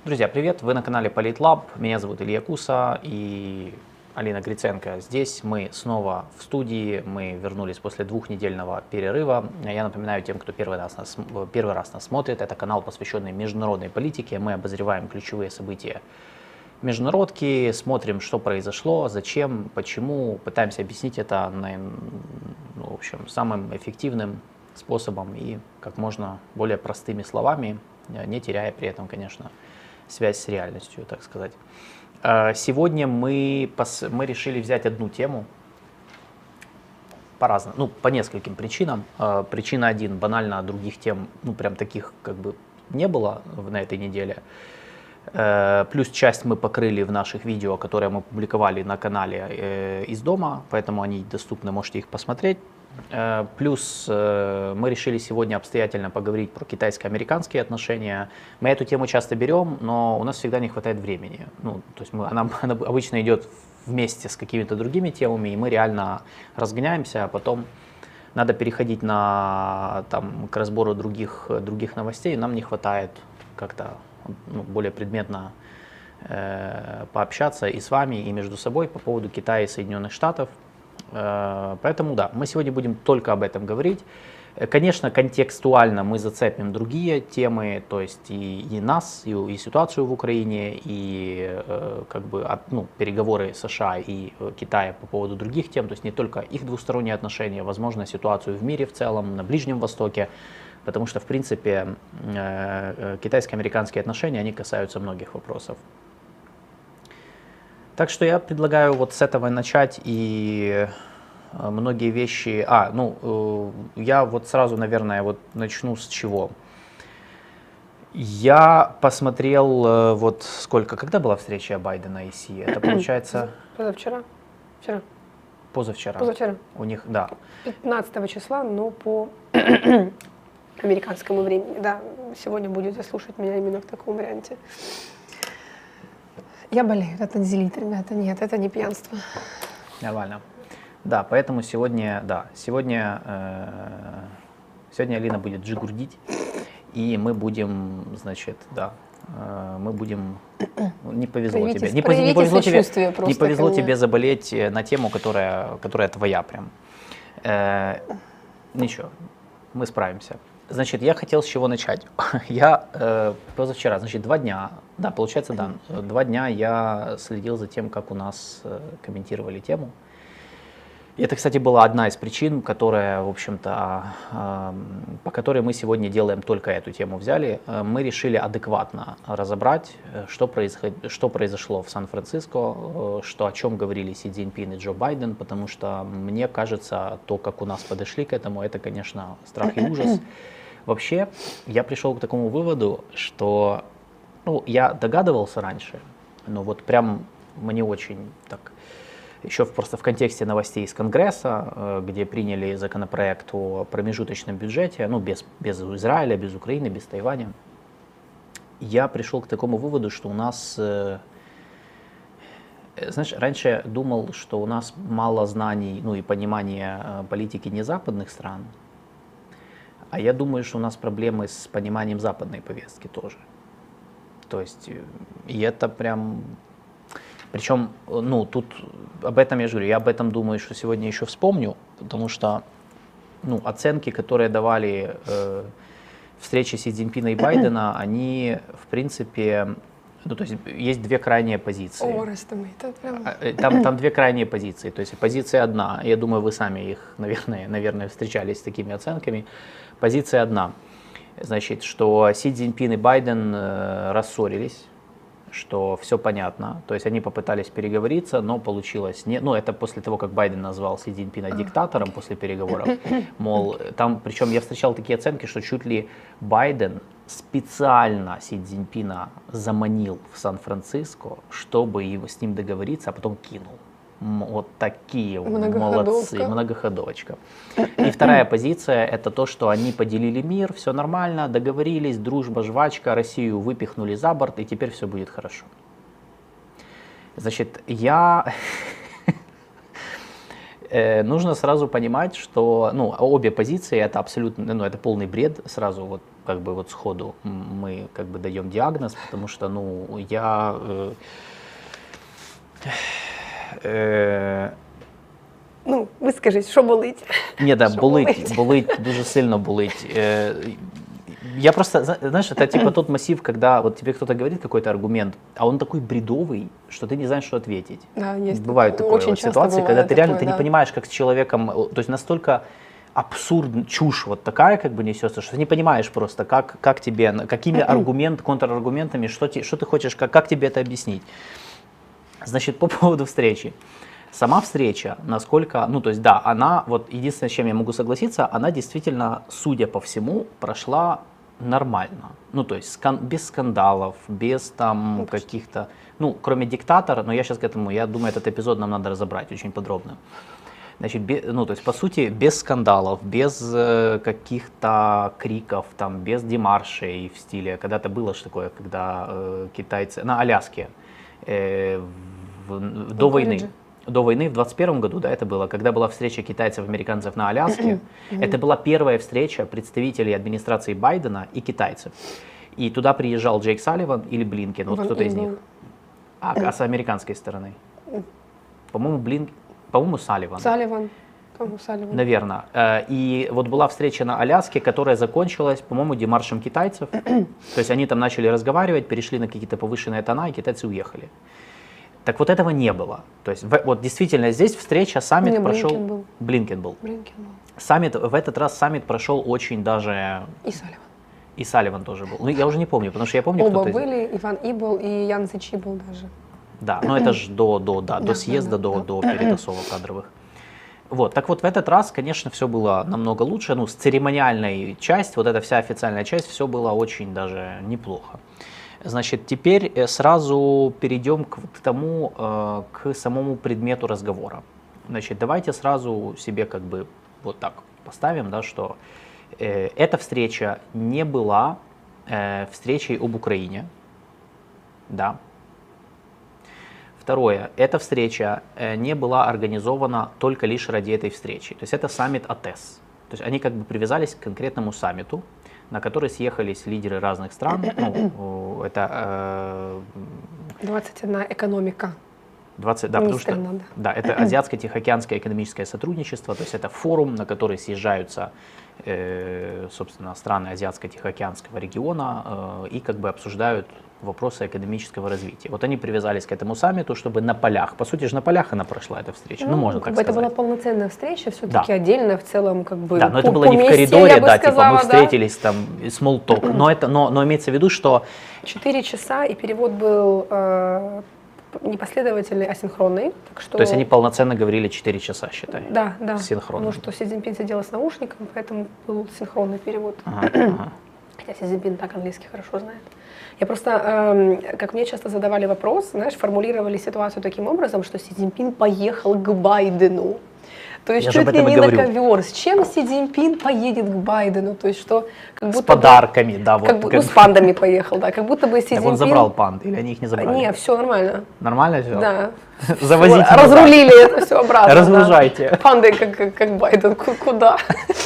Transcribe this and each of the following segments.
Друзья, привет! Вы на канале PolitLab. Меня зовут Илья Куса и Алина Гриценко. Здесь мы снова в студии. Мы вернулись после двухнедельного перерыва. Я напоминаю тем, кто первый раз нас смотрит, это канал, посвященный международной политике. Мы обозреваем ключевые события международки, смотрим, что произошло, зачем, почему, пытаемся объяснить это в общем, самым эффективным способом и как можно более простыми словами, не теряя при этом, конечно, связь с реальностью, так сказать. Сегодня мы решили взять одну тему по нескольким причинам. Причина один, банально других тем, прям таких как бы не было на этой неделе. Плюс часть мы покрыли в наших видео, которые мы публиковали на канале из дома, поэтому они доступны, можете их посмотреть. Плюс мы решили сегодня обстоятельно поговорить про китайско-американские отношения. Мы эту тему часто берем, но у нас всегда не хватает времени. То есть она обычно идет вместе с какими-то другими темами, и мы реально разгоняемся, а потом надо переходить к разбору других новостей, и нам не хватает как-то более предметно пообщаться и с вами, и между собой по поводу Китая и Соединенных Штатов. Поэтому да, мы сегодня будем только об этом говорить. Конечно, контекстуально мы зацепим другие темы, то есть и нас, и ситуацию в Украине, и переговоры США и Китая по поводу других тем, то есть не только их двусторонние отношения, возможно, ситуацию в мире в целом, на Ближнем Востоке, потому что, в принципе, китайско-американские отношения, они касаются многих вопросов. Так что я предлагаю вот с этого начать, и многие вещи... я вот сразу, наверное, начну с чего. Я посмотрел когда была встреча Байдена и Си? Это получается... Позавчера? Вчера? Позавчера. Позавчера. У них, да. 15 числа, но по американскому времени. Да, сегодня будете слушать меня именно в таком варианте. Я болею, это не зелит, ребята, нет, это не пьянство. Нормально. Да, поэтому сегодня Алина будет джигурдить, и мы будем, не повезло тебе. Не повезло тебе заболеть на тему, которая твоя прям. Ничего, мы справимся. Значит, я хотел с чего начать. Я позавчера, 2 дня, да, получается, да, 2 дня я следил за тем, как у нас комментировали тему. И это, кстати, была одна из причин, которая, в общем-то, по которой мы сегодня делаем только эту тему взяли. Мы решили адекватно разобрать, что произошло в Сан-Франциско, о чем говорили Си Цзиньпин и Джо Байден, потому что, мне кажется, то, как у нас подошли к этому, это, конечно, страх и ужас. Вообще, я пришел к такому выводу, что, я догадывался раньше, но вот прям мне очень так, еще просто в контексте новостей из Конгресса, где приняли законопроект о промежуточном бюджете, без Израиля, без Украины, без Тайваня, я пришел к такому выводу, что у нас, раньше думал, что у нас мало знаний, и понимания политики незападных стран. А я думаю, что у нас проблемы с пониманием западной повестки тоже. То есть, и это прям... Причем, тут об этом я же говорю, я об этом думаю, что сегодня еще вспомню, потому что, оценки, которые давали встречи Си Цзиньпина и Байдена, они, в принципе, то есть есть 2 крайние позиции. Там 2 крайние позиции. То есть позиция одна, я думаю, вы сами их, наверное, встречались с такими оценками. Позиция одна, что Си Цзиньпин и Байден рассорились, что все понятно. То есть они попытались переговориться, но получилось не... это после того, как Байден назвал Си Цзиньпина диктатором после переговоров. Мол, причем я встречал такие оценки, что чуть ли Байден специально Си Цзиньпина заманил в Сан-Франциско, чтобы с ним договориться, а потом кинул. Вот такие молодцы, многоходовочка. И вторая позиция, это то, что они поделили мир, все нормально, договорились, дружба, жвачка, Россию выпихнули за борт, и теперь все будет хорошо. Нужно сразу понимать, что обе позиции это абсолютно, это полный бред, сразу как бы вот сходу мы как бы даем диагноз, потому что, ну, я Ну, ви скажіть, що болить? ні, да, Що болить, дуже сильно болить. Я просто, знаешь, это типа тот массив, когда вот тебе кто-то говорит какой-то аргумент, а он такой бредовый, что ты не знаешь, что ответить. Да, есть. Бывают такое Очень вот часто ситуации, бывает когда ты реально такое, ты не да. понимаешь, как с человеком, то есть настолько абсурдная чушь вот такая как бы несется, что ты не понимаешь просто, как тебе, какими контраргументами, что ты хочешь, как тебе это объяснить. Значит, по поводу встречи. Сама встреча, насколько, ну то есть да, она, вот единственное, с чем я могу согласиться, она действительно, судя по всему, прошла нормально. Ну то есть без скандалов, без там каких-то, ну кроме диктатора, но я сейчас к этому, я думаю, этот эпизод нам надо разобрать очень подробно. Значит, ну то есть по сути без скандалов, без каких-то криков, там, без демаршей в стиле, когда-то было же такое, когда китайцы, на Аляске, до войны. До войны в 21 году, да, это было, когда была встреча китайцев и американцев на Аляске. Это была первая встреча представителей администрации Байдена и китайцев. И туда приезжал Джейк Салливан или Блинкен, вот кто-то из них. А с американской стороны? По-моему, Салливан. Салливан. По-моему, Салливан. Наверное. И вот была встреча на Аляске, которая закончилась, по-моему, демаршем китайцев. То есть они там начали разговаривать, перешли на какие-то повышенные тона, и китайцы уехали. Так вот этого не было. То есть вот действительно здесь встреча, саммит прошел... Блинкен был. Саммит, в этот раз саммит прошел очень даже... И Салливан. И Салливан тоже был. Ну, я уже не помню, потому что я помню, Оба кто-то... были, Иван Ибл и Ян Цичи был даже. Да, но это же до съезда, до перетасовок кадровых. Вот, так вот в этот раз, конечно, все было намного лучше. Ну, с церемониальной части, вот эта вся официальная часть, все было очень даже неплохо. Значит, теперь сразу перейдем к тому, к самому предмету разговора. Значит, давайте сразу себе как бы вот так поставим, да, что эта встреча не была встречей об Украине, да. Второе, эта встреча не была организована только лишь ради этой встречи. То есть это саммит АТЭС. То есть они как бы привязались к конкретному саммиту, на который съехались лидеры разных стран. Ну, это 21 экономика. 20, да, потому что да, это Азиатско-Тихоокеанское экономическое сотрудничество, то есть это форум, на который съезжаются, собственно, страны Азиатско-Тихоокеанского региона и как бы обсуждают вопросы экономического развития. Вот они привязались к этому саммиту, чтобы на полях, по сути же на полях она прошла, эта встреча, ну можно так сказать. Это была полноценная встреча, все-таки отдельно, в целом, как бы. Да, но это было не в коридоре, да, типа мы встретились, там, small talk, но имеется в виду, что... 4 часа, и перевод был непоследовательный, асинхронный. Так что... То есть они полноценно говорили 4 часа, считай? Да, да. Синхронно. Потому что Си Цзиньпин сидел с наушником, поэтому был синхронный перевод. Хотя Си Цзиньпин так английский хорошо знает. Я просто, как мне часто задавали вопрос, знаешь, формулировали ситуацию таким образом, что Си Цзиньпин поехал к Байдену. То есть чуть ли не на ковер. С чем Си Цзиньпин поедет к Байдену? То есть что, как будто с подарками, да. Вот, ну, с пандами поехал, да. Как будто бы Си Цзиньпин... Он забрал панд, или они их не забрали? Нет, все нормально. Нормально все? Да. Завозите. Разрулили это все обратно. Разгружайте. Да. Панды, как Байден, куда?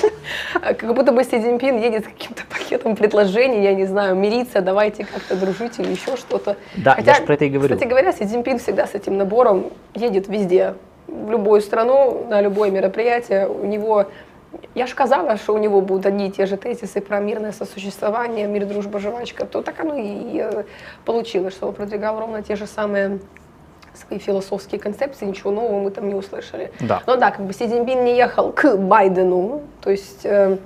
Как будто бы Си Цзиньпин едет с каким-то пакетом предложений, я не знаю, мириться, давайте как-то дружить или еще что-то. Да, хотя, я же про это и говорю. Кстати говоря, Си Цзиньпин всегда с этим набором едет везде. В любую страну, на любое мероприятие. У него, я же сказала, что у него будут одни и те же тезисы про мирное сосуществование, мир, дружба, жвачка, то так оно и получилось, что он продвигал ровно те же самые свои философские концепции, ничего нового мы там не услышали. Да. Но да, как бы Си Цзиньпин не ехал к Байдену, то есть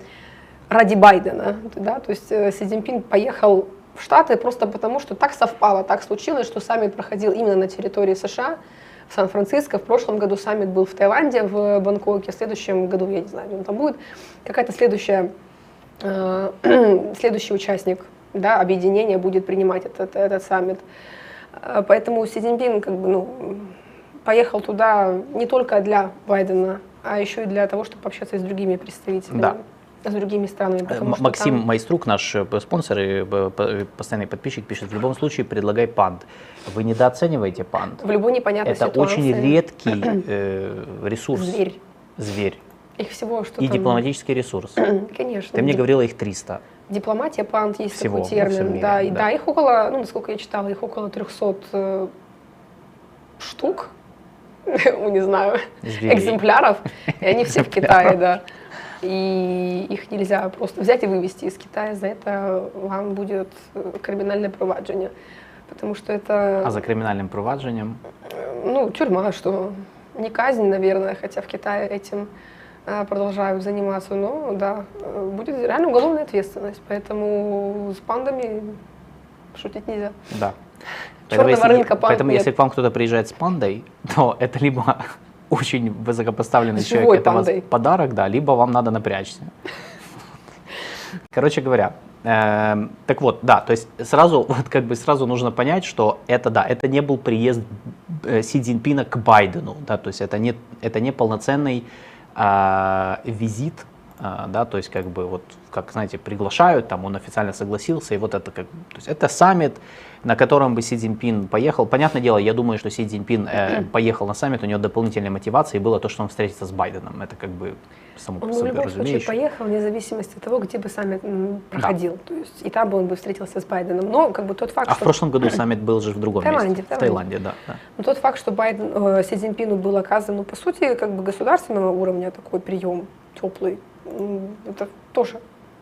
ради Байдена, да, то есть Си Цзиньпин поехал в Штаты просто потому, что так совпало, так случилось, что саммит проходил именно на территории США, в Сан-Франциско. В прошлом году саммит был в Таиланде, в Бангкоке. В следующем году, я не знаю, где он там будет, какая-то следующий участник, да, объединения будет принимать этот саммит. Поэтому Си Цзиньпин как бы, ну, поехал туда не только для Байдена, а еще и для того, чтобы пообщаться с другими представителями. Да. С другими странами. Максим Майструк, наш спонсор и постоянный подписчик, пишет: в любом случае предлагай панд. Вы недооцениваете панд. В любой непонятной ситуации. Это очень редкий ресурс. Зверь. Их всего что-то... И дипломатический ресурс. Конечно. Ты мне говорила, их 300. Дипломатия, пант, есть Всего, такой во всем термин. мире, Да, и, да. да, их около, ну, насколько я читала, их около 300 штук, не знаю, Зверей. экземпляров, и они все в Китае, да. И их нельзя просто взять и вывести из Китая, за это вам будет криминальное проваджение. Потому что это, А за криминальным проваджением? ну, тюрьма, что не казнь, наверное, хотя в Китае этим продолжают заниматься, но да, будет реально уголовная ответственность, поэтому с пандами шутить нельзя. Да. Черного рынка панд Поэтому нет. если к вам кто-то приезжает с пандой, то это либо очень высокопоставленный С человек, живой это вас пандой. подарок, да, либо вам надо напрячься. Короче говоря, так вот, да, то есть сразу, вот как бы сразу нужно понять, что это, да, это не был приезд Си Цзиньпина к Байдену, да, то есть это не полноценный визит, да, то есть как бы вот, как знаете, приглашают, там он официально согласился, и вот это как, то есть это саммит, на котором бы Си Цзиньпин поехал. Понятное дело, я думаю, что Си Цзиньпин поехал на саммит, у него дополнительной мотивацией было то, что он встретится с Байденом, это как бы само по Он в себе любом случае разумеющее. поехал, вне зависимости от того, где бы саммит проходил. То есть и там бы он бы встретился с Байденом. Но как бы тот факт, А в что прошлом году саммит был же в другом Таиланде, месте. в В Таиланде, да. Да. но тот факт, что Си Цзиньпину был оказан, ну, по сути, как бы государственного уровня такой прием теплый, это тоже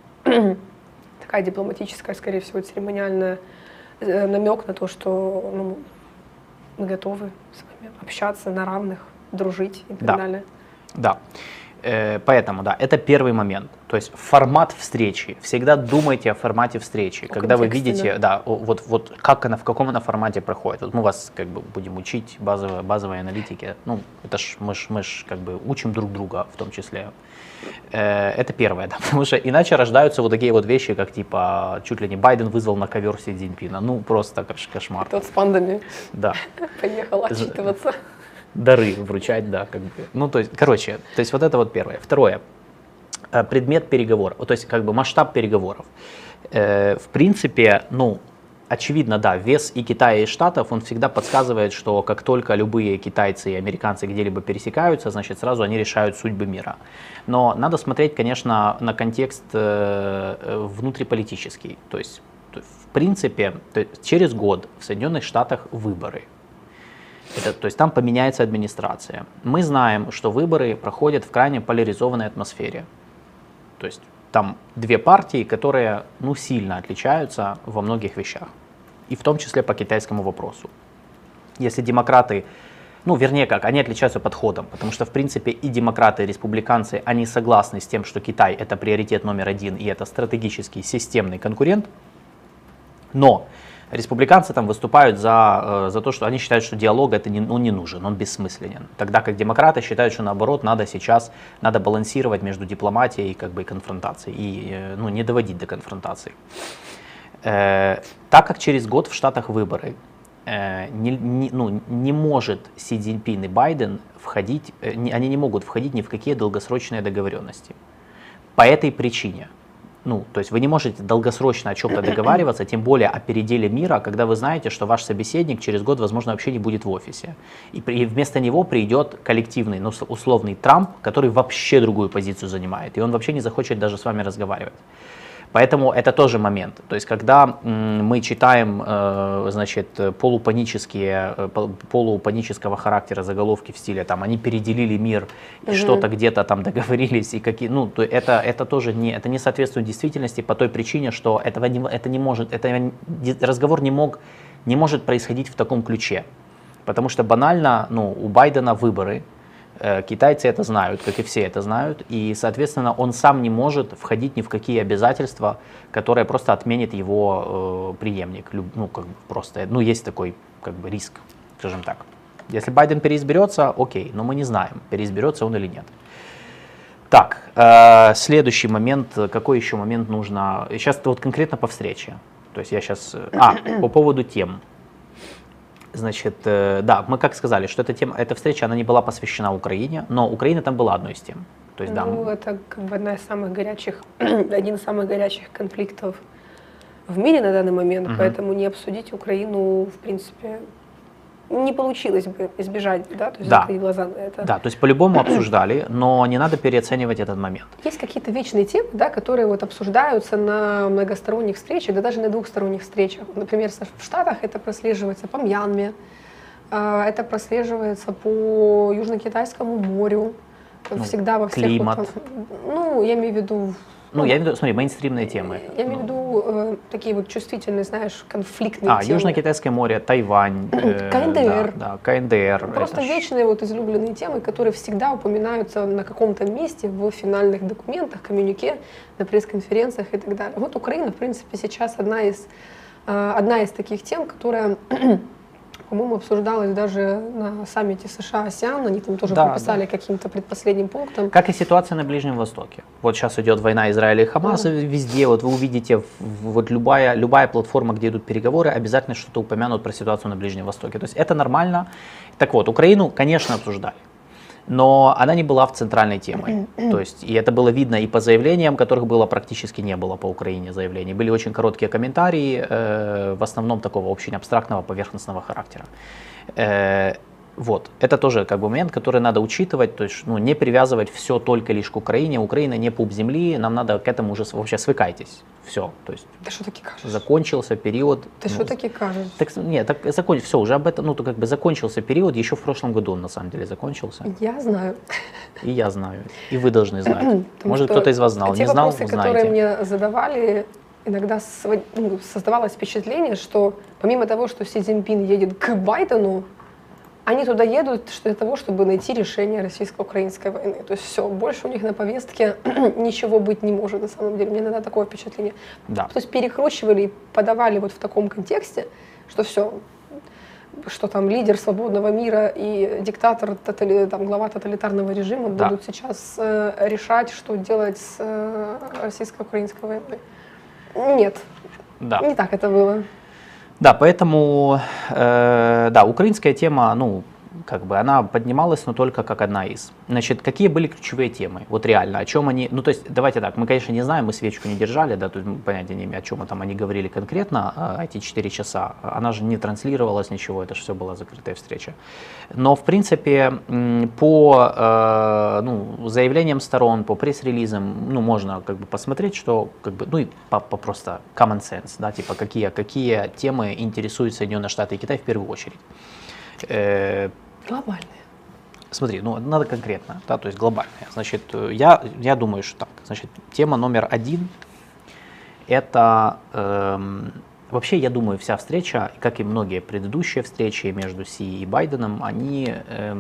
такая дипломатическая, скорее всего, церемониальная намек на то, что ну, мы готовы с вами общаться на равных, дружить и так Да. далее. Да. Поэтому, да, это первый момент. То есть формат встречи. Всегда думайте о формате встречи. О Когда вы контексте, видите, да, вот как она, в каком она формате проходит. Вот мы вас как бы будем учить базовой аналитике. Ну, это ж мы ж как бы учим друг друга в том числе. Это первое, да, потому что иначе рождаются вот такие вот вещи, как типа чуть ли не Байден вызвал на ковер Си Цзиньпина. Ну, просто кошмар. Тот с пандами Да. поехал отчитываться. Дары вручать, да, как бы. Ну, то есть, короче, то есть вот это вот первое. Второе. Предмет переговоров, то есть как бы масштаб переговоров. В принципе, ну, очевидно, да, вес и Китая, и Штатов, он всегда подсказывает, что как только любые китайцы и американцы где-либо пересекаются, значит, сразу они решают судьбы мира. Но надо смотреть, конечно, на контекст внутриполитический. То есть, в принципе, через год в Соединенных Штатах выборы. То есть там поменяется администрация. Мы знаем, что выборы проходят в крайне поляризованной атмосфере. То есть там две партии, которые ну, сильно отличаются во многих вещах. И в том числе по китайскому вопросу. Если демократы, ну вернее как, они отличаются подходом. Потому что в принципе и демократы, и республиканцы, они согласны с тем, что Китай это приоритет номер один и это стратегический системный конкурент. Но республиканцы там выступают за то, что они считают, что диалог это не нужен, он бессмысленен. Тогда как демократы считают, что наоборот надо балансировать между дипломатией как бы, и конфронтацией, и ну, не доводить до конфронтации. Так как через год в Штатах выборы, не может Си Цзиньпин и Байден входить, они не могут входить ни в какие долгосрочные договоренности. По этой причине. Ну, то есть вы не можете долгосрочно о чем-то договариваться, тем более о переделе мира, когда вы знаете, что ваш собеседник через год, возможно, вообще не будет в офисе. И вместо него придет коллективный, ну, условный Трамп, который вообще другую позицию занимает, и он вообще не захочет даже с вами разговаривать. Поэтому это тоже момент. То есть, когда мы читаем, значит, полупанического характера заголовки в стиле, там, они переделили мир, и что-то где-то там договорились, и какие, ну, то это тоже не соответствует действительности по той причине, что разговор не может происходить в таком ключе. Потому что банально, ну, у Байдена выборы, китайцы это знают, как и все это знают, и, соответственно, он сам не может входить ни в какие обязательства, которые просто отменит его преемник. Ну, как бы просто, ну, есть такой, как бы, риск, скажем так. Если Байден переизберется, окей, но мы не знаем, переизберется он или нет. Так, следующий момент, какой еще момент нужно, сейчас вот конкретно по встрече, то есть я сейчас, по поводу тем. Значит, да, мы как сказали, что эта встреча, она не была посвящена Украине, но Украина там была одной из тем. То есть, да, Ну, это как бы один из самых горячих конфликтов в мире на данный момент, поэтому не обсудить Украину, в принципе, не получилось бы избежать, да, то есть Да. закрыть глаза на это. Да, то есть по-любому обсуждали, но не надо переоценивать этот момент. Есть какие-то вечные темы, да, которые вот обсуждаются на многосторонних встречах, да даже на двухсторонних встречах. Например, в Штатах это прослеживается по Мьянме, это прослеживается по Южно-Китайскому морю, всегда во всех... климат. Вот, ну, я имею в виду... Ну, я имею в виду, смотри, мейнстримные темы. Я имею в виду такие вот чувствительные, знаешь, конфликтные темы. Южно-Китайское море, Тайвань. КНДР. Да, КНДР. Просто вечные вот излюбленные темы, которые всегда упоминаются на каком-то месте в финальных документах, коммюнике, на пресс-конференциях и так далее. Вот Украина, в принципе, сейчас одна из таких тем, которая, по-моему, обсуждалась даже на саммите США-АСЕАН, они там тоже прописали каким-то предпоследним пунктом. Как и ситуация на Ближнем Востоке. Вот сейчас идет война Израиля и Хамаса, везде, вот вы увидите, вот любая платформа, где идут переговоры, обязательно что-то упомянут про ситуацию на Ближнем Востоке. То есть это нормально. Так вот, Украину, конечно, обсуждали, но она не была в центральной темой. То есть, и это было видно и по заявлениям, которых было практически не было по Украине заявлений. Были очень короткие комментарии, в основном такого очень абстрактного, поверхностного характера. Вот, это тоже как бы момент, который надо учитывать, то есть не привязывать все только лишь к Украине. Украина не пуп земли, нам надо к этому уже вообще свыкайтесь. Все, то есть Ты что таки кажешь? закончился период. Ты что таки кажешь? Так, нет, так все, уже об этом, то как бы закончился период, еще в прошлом году он на самом деле закончился. Я знаю. И я знаю, и вы должны знать. Потому Может, что кто-то из вас знал, те не знал, вопросы, узнаете. которые мне задавали, иногда создавалось впечатление, что помимо того, что Си Цзиньпин едет к Байдену, они туда едут для того, чтобы найти решение российско-украинской войны. То есть все, больше у них на повестке ничего быть не может на самом деле. Мне иногда такое впечатление. Да. То есть перекручивали и подавали вот в таком контексте, что все, что там лидер свободного мира и диктатор, там, глава тоталитарного режима будут сейчас решать, что делать с российско-украинской войной. Нет, не так это было. Да, поэтому, да, украинская тема, как бы она поднималась, но только как одна из. Значит, какие были ключевые темы? Вот реально, о чем они, то есть, давайте так, мы, конечно, не знаем, мы свечку не держали, да, то есть мы понятия не имеем, о чем там они говорили конкретно, эти 4 часа. Она же не транслировалась, ничего, это же все была закрытая встреча. Но, в принципе, по заявлениям сторон, по пресс-релизам, можно как бы посмотреть, что, как бы, и по просто common sense, да, типа, какие темы интересуют Соединенные Штаты и Китай в первую очередь. Глобальные. Смотри, надо конкретно, да, то есть глобальные. Значит, я думаю, что так. Значит, тема номер 1 это вообще, я думаю, вся встреча, как и многие предыдущие встречи между Си и Байденом, они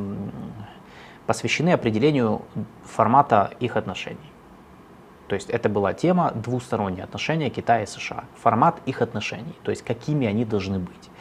посвящены определению формата их отношений. То есть это была тема двусторонние отношения Китая и США, формат их отношений, то есть какими они должны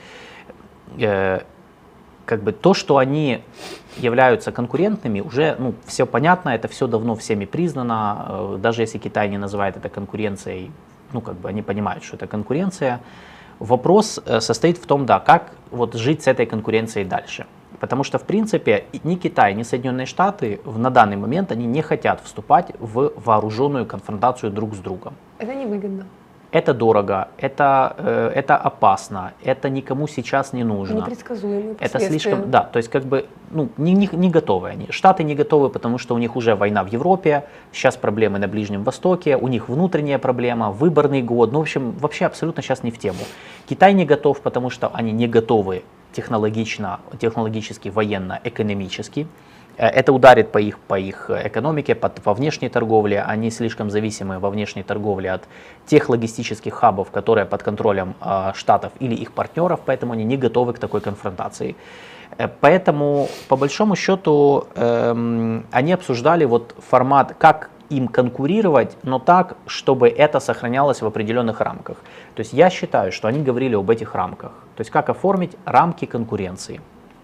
быть. Как бы то, что они являются конкурентными, уже все понятно, это все давно всеми признано. Даже если Китай не называет это конкуренцией, как бы они понимают, что это конкуренция. Вопрос состоит в том, да, как вот жить с этой конкуренцией дальше. Потому что, в принципе, ни Китай, ни Соединенные Штаты на данный момент они не хотят вступать в вооруженную конфронтацию друг с другом. Это невыгодно. Это дорого, это опасно, это никому сейчас не нужно. Непредсказуемые Это слишком, да, то есть как бы не готовы они. Штаты не готовы, потому что у них уже война в Европе, сейчас проблемы на Ближнем Востоке, у них внутренняя проблема, выборный год, в общем, вообще абсолютно сейчас не в тему. Китай не готов, потому что они не готовы технологически, военно, экономически. Это ударит по их экономике, во внешней торговле. Они слишком зависимы во внешней торговле от тех логистических хабов, которые под контролем Штатов или их партнеров, поэтому они не готовы к такой конфронтации. Поэтому, по большому счету, они обсуждали вот формат, как им конкурировать, но так, чтобы это сохранялось в определенных рамках. То есть я считаю, что они говорили об этих рамках. То есть как оформить рамки конкуренции.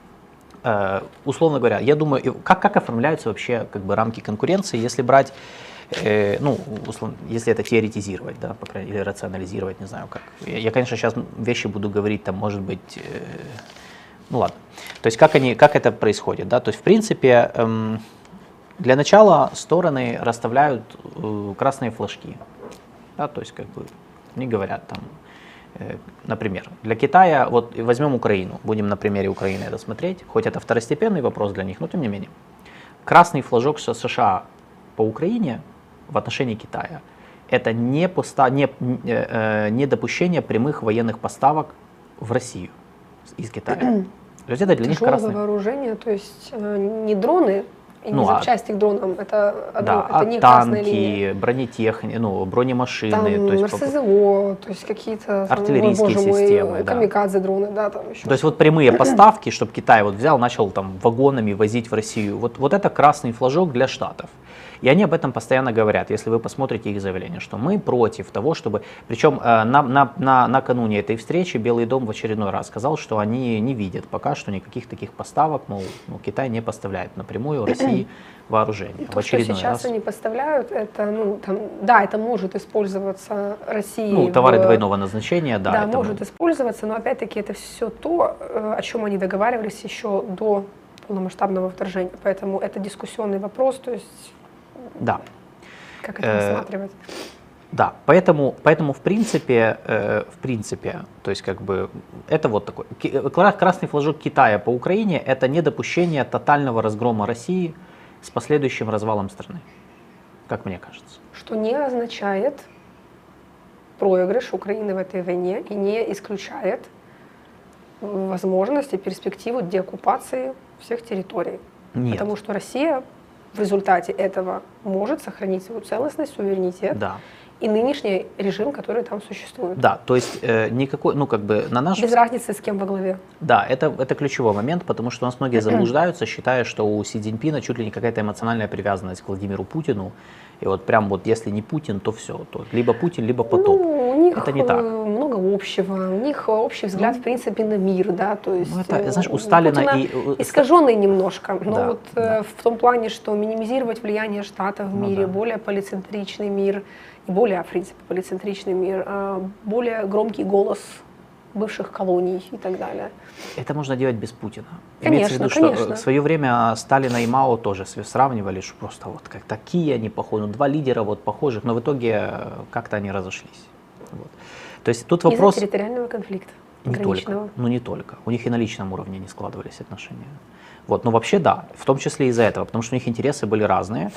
Условно говоря, я думаю, как оформляются вообще как бы рамки конкуренции, если брать, условно, если это теоретизировать, да, по крайней мере, или рационализировать, не знаю как. Я, конечно, сейчас вещи буду говорить, там, может быть, ладно. То есть как это происходит, да, то есть в принципе для начала стороны расставляют красные флажки, да, то есть как бы они говорят там, Например, для Китая, вот возьмем Украину, будем на примере Украины это смотреть, хоть это второстепенный вопрос для них, но тем не менее. Красный флажок США по Украине в отношении Китая – это не допущение прямых военных поставок в Россию из Китая. То есть это для них Тяжелое красный. вооружение, то есть не дроны, и не Ну, запчасти к дронам, это, Да, это не красная линия. танки, бронетехники, ну, бронемашины, Там то есть, РСЗО, то есть какие-то там, артиллерийские ой, боже мой, системы, да. камикадзе дроны, да, там еще. то есть вот прямые поставки, чтобы Китай вот взял, начал там вагонами возить в Россию, вот это красный флажок для Штатов. И они об этом постоянно говорят, если вы посмотрите их заявление, что мы против того, чтобы... Причем накануне этой встречи Белый дом в очередной раз сказал, что они не видят пока что никаких таких поставок, мол, Китай не поставляет напрямую России вооружение. То, что сейчас они поставляют, это, ну, там, да, это может использоваться Россией. Ну, товары двойного назначения, да. Да, это может использоваться, но опять-таки это все то, о чем они договаривались еще до полномасштабного вторжения. Поэтому это дискуссионный вопрос, то есть да. как это рассматривать. Да, поэтому в принципе, то есть как бы это вот такой красный флажок Китая по Украине – это недопущение тотального разгрома России с последующим развалом страны, как мне кажется. Что не означает проигрыш Украины в этой войне и не исключает возможность и перспективу деоккупации всех территорий. Нет. Потому что Россия в результате этого может сохранить свою целостность, суверенитет. Да. И нынешний режим, который там существует. Да, то есть никакой, ну как бы на наш... Без разницы, с кем во главе. Да, это ключевой момент, потому что у нас многие заблуждаются, считая, что у Си Цзиньпина чуть ли не какая-то эмоциональная привязанность к Владимиру Путину. И вот прям вот если не Путин, то все. То либо Путин, либо потоп. Ну, у них это не так. много общего. У них общий взгляд, в принципе, на мир, да. То есть, это, знаешь, у Сталина искаженный немножко. Но да, вот да. в том плане, что минимизировать влияние Штатов в мире, более полицентричный мир, и более, в принципе, полицентричный мир, более громкий голос бывших колоний и так далее. Это можно делать без Путина. Конечно, Имеется в виду, конечно. что в свое время Сталина и Мао тоже сравнивали, что просто вот как такие они похожи, два лидера вот похожих, но в итоге как-то они разошлись. Вот. То есть тут вопрос... Из-за территориального конфликта. Не только, ну не только. У них и на личном уровне не складывались отношения. Вот, но вообще да, в том числе из-за этого, потому что у них интересы были разные.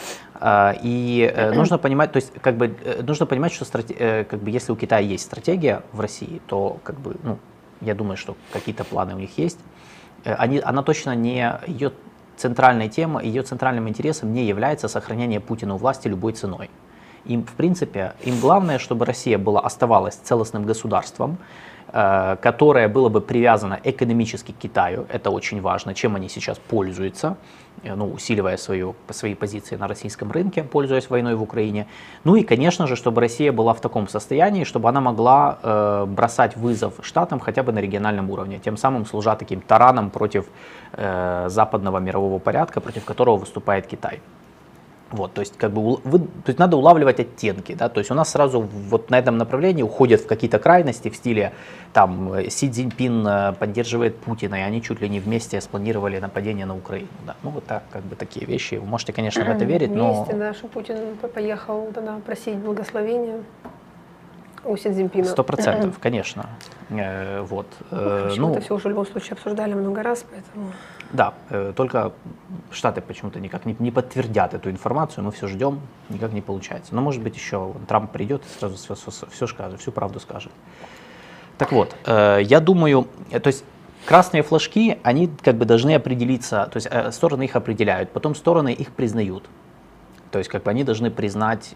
И нужно понимать, то есть как бы нужно понимать, что как бы, если у Китая есть стратегия в России, то как бы, ну, я думаю, что какие-то планы у них есть. Она точно не ее центральной темой, ее центральным интересом не является сохранение Путина у власти любой ценой. Им, в принципе, им главное, чтобы Россия оставалась целостным государством, которое было бы привязано экономически к Китаю, это очень важно, чем они сейчас пользуются, ну, усиливая свои позиции на российском рынке, пользуясь войной в Украине. Ну и, конечно же, чтобы Россия была в таком состоянии, чтобы она могла бросать вызов Штатам хотя бы на региональном уровне, тем самым служа таким тараном против западного мирового порядка, против которого выступает Китай. Вот, то есть, как бы, то есть надо улавливать оттенки, да, то есть у нас сразу вот на этом направлении уходят в какие-то крайности в стиле, там, Си Цзиньпин поддерживает Путина, и они чуть ли не вместе спланировали нападение на Украину, да, ну вот так, как бы такие вещи, вы можете, конечно, в это верить, но... Вместе, да, что Путин поехал тогда просить благословения у Си Цзиньпина. 100%, конечно, вот. Ну, это все уже в любом случае обсуждали много раз, поэтому... Да, только Штаты почему-то никак не подтвердят эту информацию, мы все ждем, никак не получается. Но может быть еще Трамп придет и сразу все скажет, всю правду скажет. Так вот, я думаю, то есть красные флажки, они как бы должны определиться, то есть стороны их определяют, потом стороны их признают. То есть как бы они должны признать,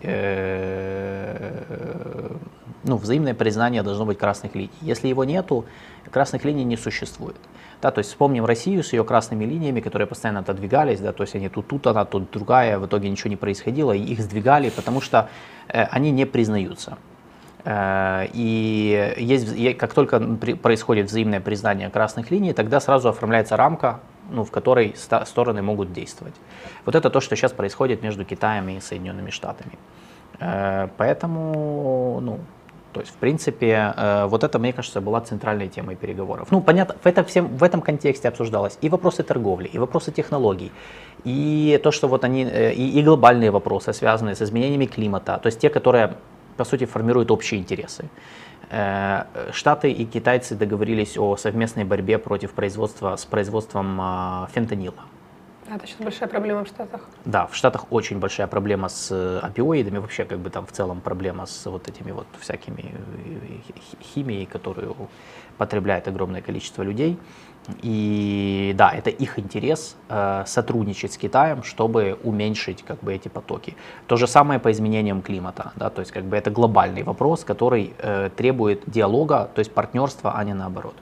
ну, взаимное признание должно быть красных линий. Если его нету, красных линий не существует. Да, то есть вспомним Россию с ее красными линиями, которые постоянно отодвигались, да, то есть они тут она, тут другая, в итоге ничего не происходило, и их сдвигали, потому что они не признаются. И как только происходит взаимное признание красных линий, тогда сразу оформляется рамка, ну, в которой стороны могут действовать. Вот это то, что сейчас происходит между Китаем и Соединенными Штатами. Поэтому, ну, то есть, в принципе, вот это, мне кажется, была центральной темой переговоров. Ну, понятно, в этом контексте обсуждалось и вопросы торговли, и вопросы технологий, и то, что вот они, и глобальные вопросы, связанные с изменениями климата, то есть те, которые, по сути, формируют общие интересы. Штаты и китайцы договорились о совместной борьбе против производством фентанила. Да, это сейчас большая проблема в Штатах. Да, в Штатах очень большая проблема с опиоидами, вообще как бы там в целом проблема с вот этими вот всякими химией, которую потребляет огромное количество людей. И да, это их интерес сотрудничать с Китаем, чтобы уменьшить как бы эти потоки. То же самое по изменениям климата, да, то есть как бы это глобальный вопрос, который требует диалога, то есть партнерства, а не наоборот.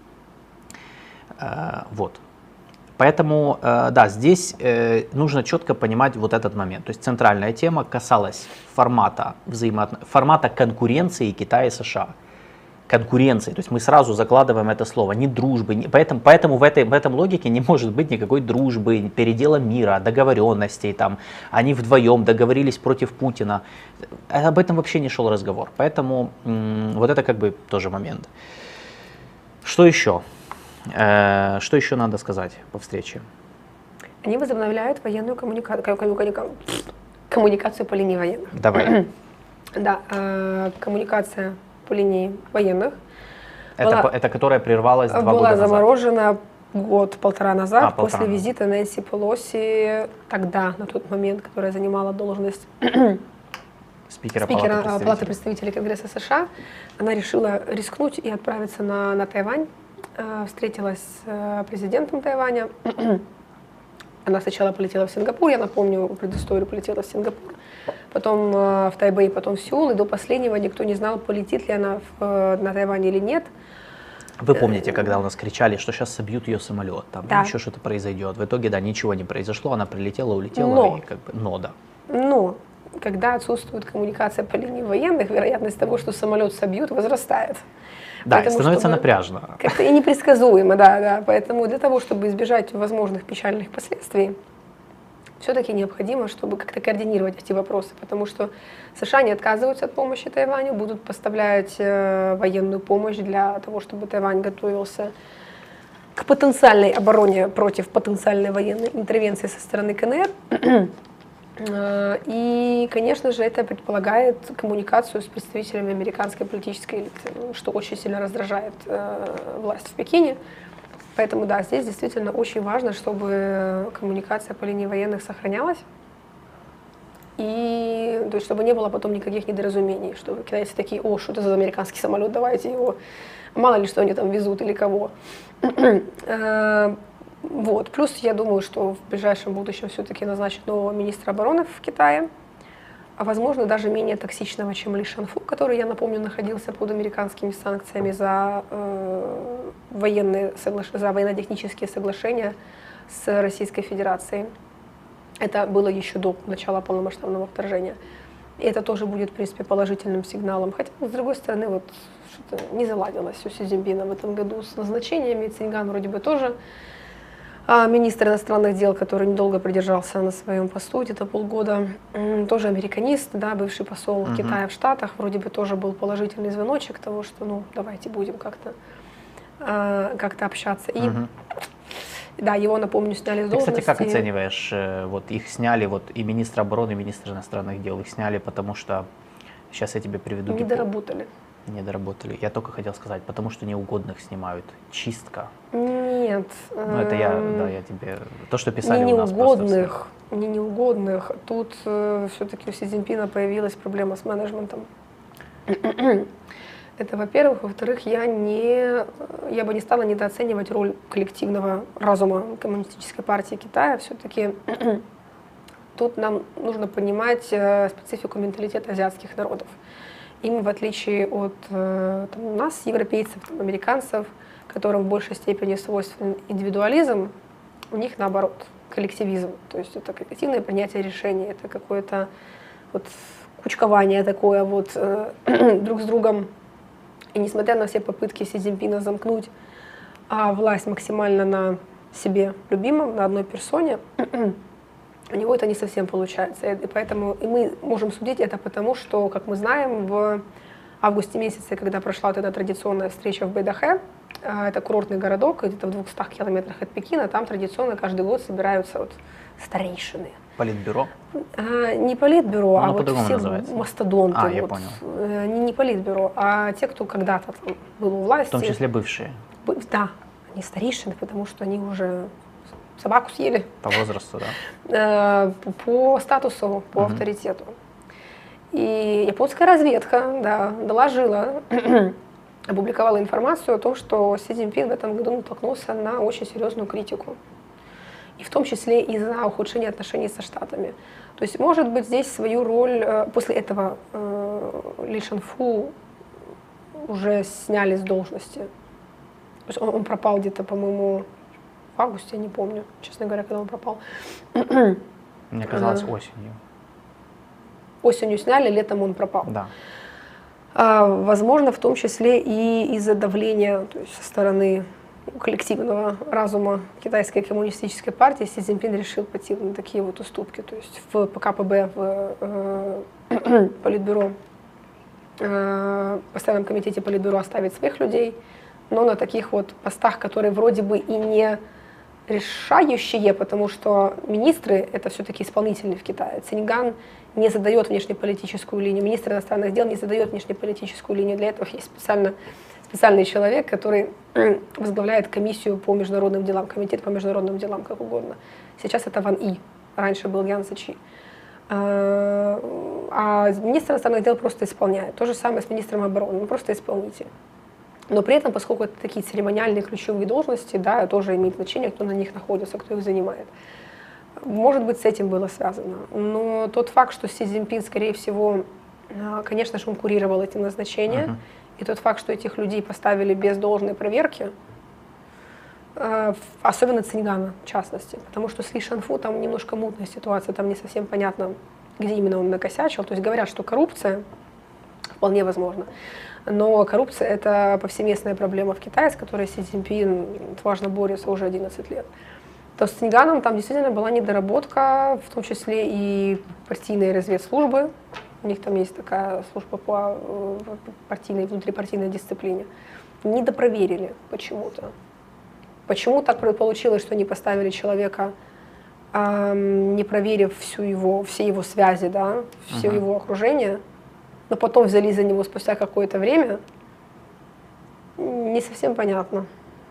Вот. Поэтому, да, здесь нужно четко понимать вот этот момент. То есть центральная тема касалась формата конкуренции Китая и США. Конкуренции, то есть мы сразу закладываем это слово, не дружбы, поэтому в этом логике не может быть никакой дружбы, передела мира, договоренностей, там, они вдвоем договорились против Путина, об этом вообще не шел разговор, поэтому вот это как бы тоже момент. Что еще? Что еще надо сказать по встрече? Они возобновляют военную коммуникацию по линии военных. Давай. Да, коммуникация по линии военных. Это которая прервалась 2 года назад? Была заморожена год-полтора назад после назад. визита Нэнси Пелоси, тогда, на тот момент, которая занимала должность спикера Палаты представителей Конгресса США. Она решила рискнуть и отправиться на Тайвань. Встретилась с президентом Тайваня. Она сначала полетела в Сингапур, я напомню предысторию, полетела в Сингапур, потом в Тайбэй, потом в Сеул, и до последнего никто не знал, полетит ли она на Тайвань или нет. Вы помните, когда у нас кричали, что сейчас собьют ее самолет, там да. еще что-то произойдет. В итоге, да, ничего не произошло, она прилетела, улетела, Но когда отсутствует коммуникация по линии военных, вероятность того, что самолет собьют, возрастает. Да, поэтому, и становится напряжно. Как-то и непредсказуемо, да. Поэтому для того, чтобы избежать возможных печальных последствий, все-таки необходимо, чтобы как-то координировать эти вопросы, потому что США не отказываются от помощи Тайваню, будут поставлять военную помощь для того, чтобы Тайвань готовился к потенциальной обороне против потенциальной военной интервенции со стороны КНР. И, конечно же, это предполагает коммуникацию с представителями американской политической элиты, что очень сильно раздражает власть в Пекине. Поэтому, да, здесь действительно очень важно, чтобы коммуникация по линии военных сохранялась. И то есть, чтобы не было потом никаких недоразумений, чтобы китайцы такие: о, что это за американский самолет, давайте его, мало ли что они там везут или кого. Вот. Плюс я думаю, что в ближайшем будущем все-таки назначат нового министра обороны в Китае, а возможно даже менее токсичного, чем Ли Шанфу, который, я напомню, находился под американскими санкциями за военно-технические соглашения с Российской Федерацией. Это было еще до начала полномасштабного вторжения. И это тоже будет, в принципе, положительным сигналом. Хотя, с другой стороны, вот что-то не заладилось у Си Цзиньпина в этом году с назначениями. Циньган вроде бы тоже министр иностранных дел, который недолго придержался на своем посту, где-то полгода, тоже американист, да, бывший посол Китая в Штатах, вроде бы тоже был положительный звоночек того, что, ну, давайте будем как-то общаться. И да, его, напомню, сняли с должности. Ты, кстати, как оцениваешь, вот их сняли, вот и министр обороны, и министр иностранных дел, их сняли, потому что, сейчас я тебе приведу... Не доработали. Не доработали. Я только хотел сказать, потому что неугодных снимают. Чистка. Нет. Ну, это я тебе... То, что писали у нас Не неугодных. Тут все-таки у Си Цзиньпина появилась проблема с менеджментом. Это, во-первых. Во-вторых, я бы не стала недооценивать роль коллективного разума Коммунистической партии Китая. Все-таки тут нам нужно понимать специфику менталитета азиатских народов. Им, в отличие от нас, европейцев, американцев, которым в большей степени свойственен индивидуализм, у них наоборот коллективизм. То есть это коллективное принятие решений, это какое-то вот кучкование такое вот друг с другом. И несмотря на все попытки Си Цзиньпина замкнуть власть максимально на себе любимом, на одной персоне, у него это не совсем получается. И поэтому и мы можем судить это потому, что, как мы знаем, в августе месяце, когда прошла вот эта традиционная встреча в Бэйдахэ, это курортный городок, где-то в 200 километрах от Пекина, там традиционно каждый год собираются вот старейшины Политбюро? Не политбюро, Ну, а оно вот по-другому все называется. мастодонты. Я вот. понял. Не политбюро, а те, кто когда-то там был у В власти. том числе бывшие, Да, они старейшины, потому что они уже собаку съели по возрасту, да? по статусу, по авторитету. И японская разведка, да, доложила, опубликовала информацию о том, что Си Цзиньпин в этом году натолкнулся на очень серьезную критику. И в том числе из-за ухудшения отношений со Штатами. То есть, может быть, здесь свою роль после этого Ли Шанфу уже сняли с должности. То есть он пропал где-то, по-моему, в августе, я не помню, честно говоря, когда он пропал. Мне казалось, осенью. Осенью сняли, летом он пропал. Да. Возможно, в том числе и из-за давления, то есть со стороны коллективного разума китайской коммунистической партии Си Цзиньпин решил пойти на такие вот уступки. То есть в КПБ, в Политбюро, постоянном комитете Политбюро оставить своих людей, но на таких вот постах, которые вроде бы и не решающие, потому что министры — это все-таки исполнительные в Китае. Циньган не задает внешнеполитическую линию, министр иностранных дел не задает внешнеполитическую линию. Для этого есть специальный человек, который возглавляет комиссию по международным делам, комитет по международным делам, как угодно. Сейчас это Ван И, раньше был Ян Сычи. А министр иностранных дел просто исполняет. То же самое с министром обороны, он просто исполнитель. Но при этом, поскольку это такие церемониальные ключевые должности, да, тоже имеет значение, кто на них находится, кто их занимает. Может быть, с этим было связано. Но тот факт, что Си Цзиньпин, скорее всего, конечно же, он курировал эти назначения, и тот факт, что этих людей поставили без должной проверки, особенно Циньгана, в частности, потому что с Ли Шанфу там немножко мутная ситуация, там не совсем понятно, где именно он накосячил. То есть говорят, что коррупция вполне возможно. Но коррупция — это повсеместная проблема в Китае, с которой Си Цзиньпин отважно борется уже 11 лет. То с Циньганом там действительно была недоработка, в том числе и партийные разведслужбы. У них там есть такая служба по партийной, внутрипартийной дисциплине. Не допроверили почему-то. Почему так получилось, что они поставили человека, не проверив все его связи, да, все его окружение, но потом взяли за него спустя какое-то время, не совсем понятно,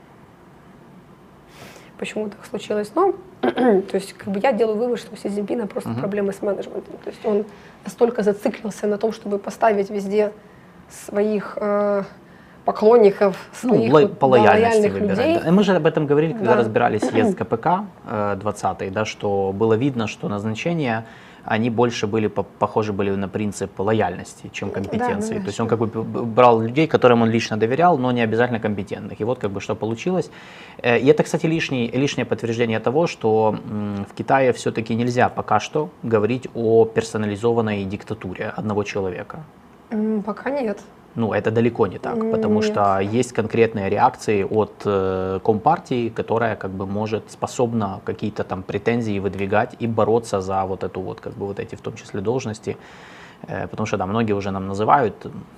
почему так случилось. Но, то есть, как бы я делаю вывод, что у Си Цзиньпина просто проблемы с менеджментом. То есть он настолько зациклился на том, чтобы поставить везде своих поклонников, своих лояльных людей. Да. Мы же об этом говорили, когда разбирали съезд КПК 20-й, да, что было видно, что назначения, они больше были похожи были на принцип лояльности, чем компетенции. То есть он как бы брал людей, которым он лично доверял, но не обязательно компетентных. И вот как бы что получилось. И это, кстати, лишнее подтверждение того, что в Китае все-таки нельзя пока что говорить о персонализованной диктатуре одного человека. Пока нет. Ну, это далеко не так, потому что есть конкретные реакции от Компартии, которая как бы способна какие-то там претензии выдвигать и бороться за вот эту вот, как бы вот эти в том числе должности, потому что да, многие уже нам называют,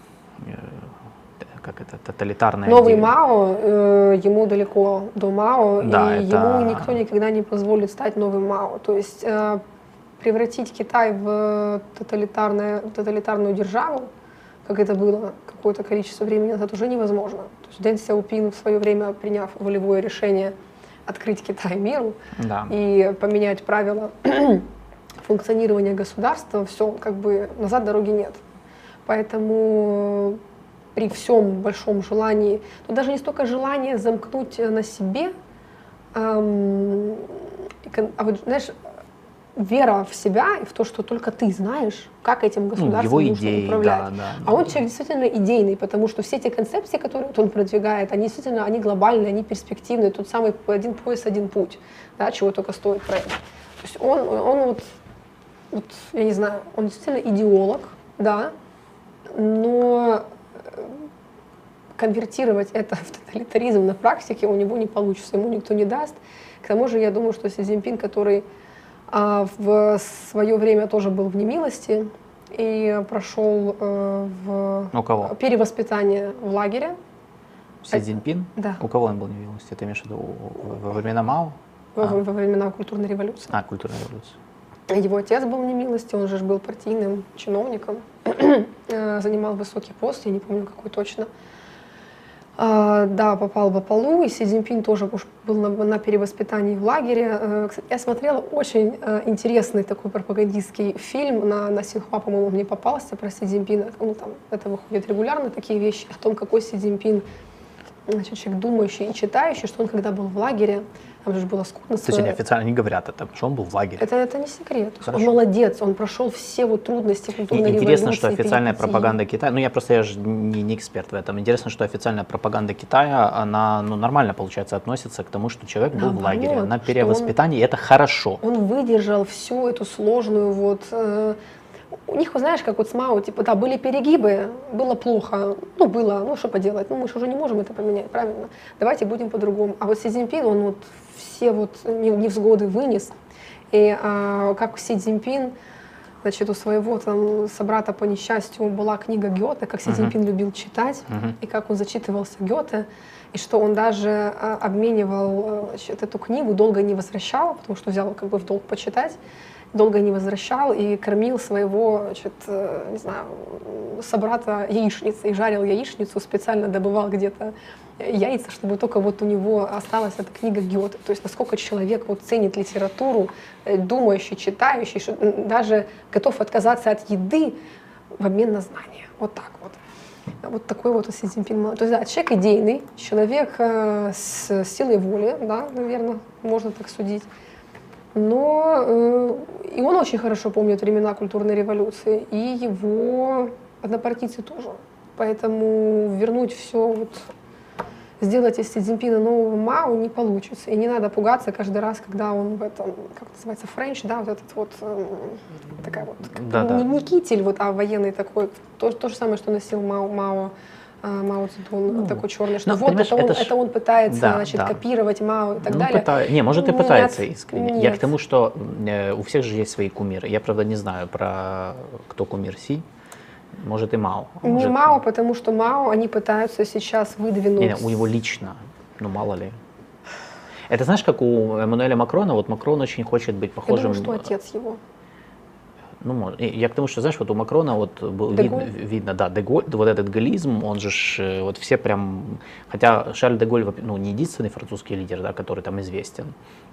как это, тоталитарное. Новый Мао, ему далеко до Мао, да, и ему никто никогда не позволит стать новым Мао. То есть превратить Китай в тоталитарную державу, как это было какое-то количество времени назад, уже невозможно. То есть Дэн Сяопин в свое время, приняв волевое решение открыть Китай миру и поменять правила функционирования государства, все, как бы назад дороги нет. Поэтому при всем большом желании, но даже не столько желание замкнуть на себе, а вот, знаешь, вера в себя и в то, что только ты знаешь, как этим государством нужно управлять. А он человек действительно идейный, потому что все эти концепции, которые он продвигает, они действительно они глобальные, они перспективные. Тот самый один пояс, один путь, да, чего только стоит проект. То есть он вот, я не знаю, он действительно идеолог, да, но конвертировать это в тоталитаризм на практике у него не получится, ему никто не даст. К тому же я думаю, что Си Цзиньпин, который в свое время тоже был в немилости и прошел перевоспитание в лагере. Си Цзиньпин? Да. У кого он был в немилости? Ты имеешь в виду во времена Мао? Во времена культурной революции. Культурной революции. Его отец был в немилости, он же был партийным чиновником, занимал высокий пост, я не помню какой точно. Да, попал в Апалу, и Си Цзиньпин тоже уж был на перевоспитании в лагере. Кстати, я смотрела очень интересный такой пропагандистский фильм на Синхуа, по-моему, мне попался про Си Цзиньпина. Ну, там, это выходит регулярно, такие вещи о том, какой Си Цзиньпин, значит, человек думающий и читающий, что он когда был в лагере, там же было скудно. То есть они официально не говорят о том, что он был в лагере. Это не секрет. Он молодец, он прошел все вот трудности культурной революции. Интересно, что официальная пропаганда Китая, ну я просто, я же не эксперт в этом, интересно, что официальная пропаганда Китая, она нормально, получается, относится к тому, что человек был в лагере на перевоспитании, и это хорошо. Он выдержал всю эту сложную вот... У них, знаешь, как вот с Мао, типа, да, были перегибы, было плохо, ну, было, ну, что поделать, ну, мы же уже не можем это поменять, правильно, давайте будем по-другому. А вот Си Цзиньпин, он вот все вот невзгоды вынес, и как Си Цзиньпин, значит, у своего там собрата по несчастью была книга Гёте, как Си Цзиньпин любил читать, и как он зачитывался Гёте, и что он даже обменивал, значит, эту книгу, долго не возвращал, потому что взял как бы в долг почитать, долго не возвращал и кормил своего, значит, не знаю, собрата яичницей, и жарил яичницу, специально добывал где-то яйца, чтобы только вот у него осталась эта книга Гёте. То есть насколько человек вот ценит литературу, думающий, читающий, что даже готов отказаться от еды в обмен на знания. Вот так вот. Вот такой вот Си Цзиньпин. То есть, да, человек идейный, человек с силой воли, да, наверное, можно так судить. Но и он очень хорошо помнит времена культурной революции, и его однопартийцы тоже. Поэтому вернуть все, вот, сделать из Си Цзиньпина нового Мао не получится. И не надо пугаться каждый раз, когда он в этом, как называется, френч, да, вот этот вот, такая вот, не китель, вот, а военный такой, то же самое, что носил Мао Цзэдун, такой черный, что вот это он пытается, значит, копировать Мао и так далее. Не, может и пытается искренне. Нет. Я к тому, что у всех же есть свои кумиры. Я, правда, не знаю, про кто кумир Си. Может и Мао. Не Мао, потому что Мао они пытаются сейчас выдвинуть. Не, у него лично, ну мало ли. Это знаешь, как у Эммануэля Макрона, вот Макрон очень хочет быть похожим... Я думаю, что отец его. Ну, может. Я к тому, что, знаешь, вот у Макрона вот видно, да, Деголь, вот этот галлизм, он же, вот все прям, хотя Шарль де Голль, ну, не единственный французский лидер, да, который там известен,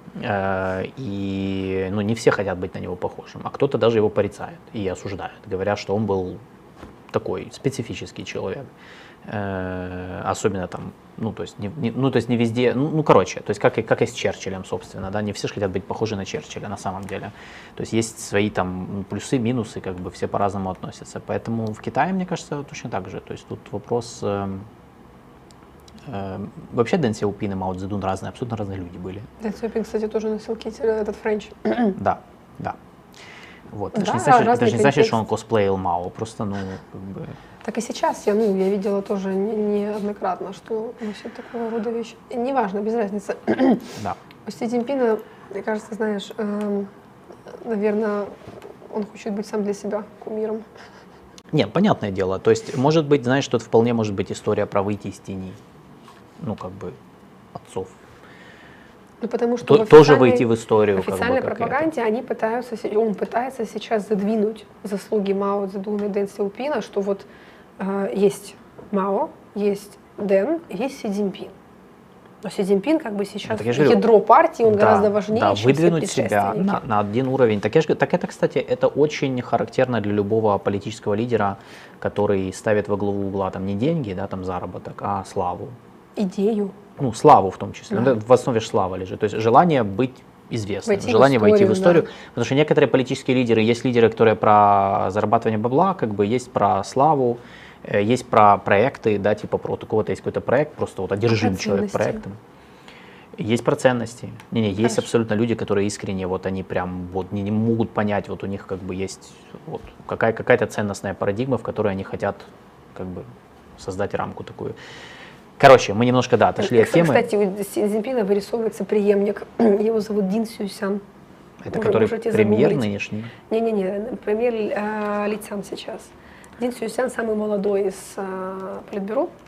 и, ну, не все хотят быть на него похожим, а кто-то даже его порицает и осуждает, говоря, что он был такой специфический человек. Особенно там, ну то есть не везде, ну короче, то есть как и с Черчиллем, собственно, да, не все же хотят быть похожи на Черчилля на самом деле. То есть есть свои там плюсы, минусы, как бы все по-разному относятся. Поэтому в Китае, мне кажется, точно так же. То есть тут вопрос, вообще Дэн Сяопин и Мао Цзэдун разные, абсолютно разные люди были. Дэн Сяопин, кстати, тоже носил китель, этот френч. Да. Вот. Да, это же не значит, что он косплеил Мао, просто, ну, как бы... Так и сейчас я видела тоже неоднократно, что носит такого рода вещи. Неважно, без разницы. Да. У Си Цзиньпина, мне кажется, знаешь, наверное, он хочет быть сам для себя кумиром. Нет, понятное дело. То есть, может быть, знаешь, тут вполне может быть история про выйти из тени, ну, как бы, отцов. Ну, потому что тоже выйти в историю. В официальной пропаганде он пытается сейчас задвинуть заслуги Мао Цзэдуна и Дэн Сяопина, что вот есть Мао, есть Дэн, есть Си Цзиньпин. Но Си Цзиньпин как бы сейчас ядро партии, он гораздо важнее, чем выдвинуть все себя на один уровень. Так это, кстати, это очень характерно для любого политического лидера, который ставит во главу угла там не деньги, да, там заработок, а славу. Идею. Ну, славу в том числе. Да. В основе слава лежит. То есть желание быть известным, желание войти в историю. Да. Потому что некоторые политические лидеры, есть лидеры, которые про зарабатывание бабла, как бы есть про славу, есть про проекты, да, типа про у кого-то есть какой-то проект, просто вот одержим человек проектом. Есть про ценности. Есть абсолютно люди, которые искренне, вот они прям вот не могут понять, вот у них как бы есть вот какая-то ценностная парадигма, в которой они хотят как бы создать рамку такую. Короче, мы немножко, отошли от темы. Кстати, у Си Цзиньпина вырисовывается преемник. Его зовут Дин Сюйсян. Это который премьер нынешний? Не, премьер Ли Цян сейчас. Дин Сюйсян самый молодой из Политбюро.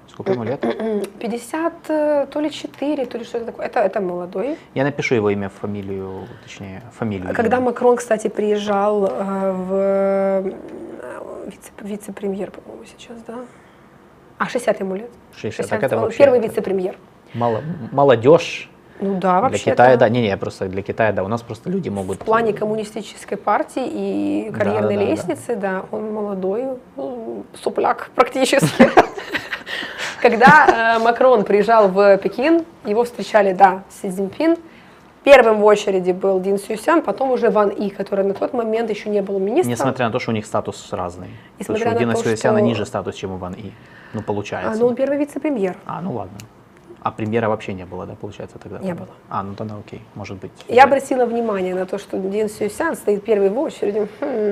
Сколько ему лет? 50, то ли 4, то ли что-то такое. Это молодой. Я напишу его имя, фамилию, точнее, фамилию. Когда Макрон, кстати, приезжал в вице-премьер, по-моему, сейчас, да? 60 ему лет. 60. Так это вообще Первый вице-премьер. Молодежь. Ну да, вообще. Для Китая, да. Не, просто для Китая, да. У нас просто люди могут... В плане коммунистической партии и карьерной лестницы, да, он молодой, сопляк практически. Когда Макрон приезжал в Пекин, его встречали, да, Си Цзиньпин. Первым в очереди был Дин Сюйсян, потом уже Ван И, который на тот момент еще не был министром. Несмотря на то, что у них статус разный. Потому что Несмотря у на Дина то, Сюйсяна что- ниже статус, чем у Ван И. Ну, получается. Ну, он первый вице-премьер. Ну ладно. А премьера вообще не было, да, получается, тогда? Не было. Ну тогда окей, может быть. Я обратила внимание на то, что Дин Сюйсян стоит первый в очереди.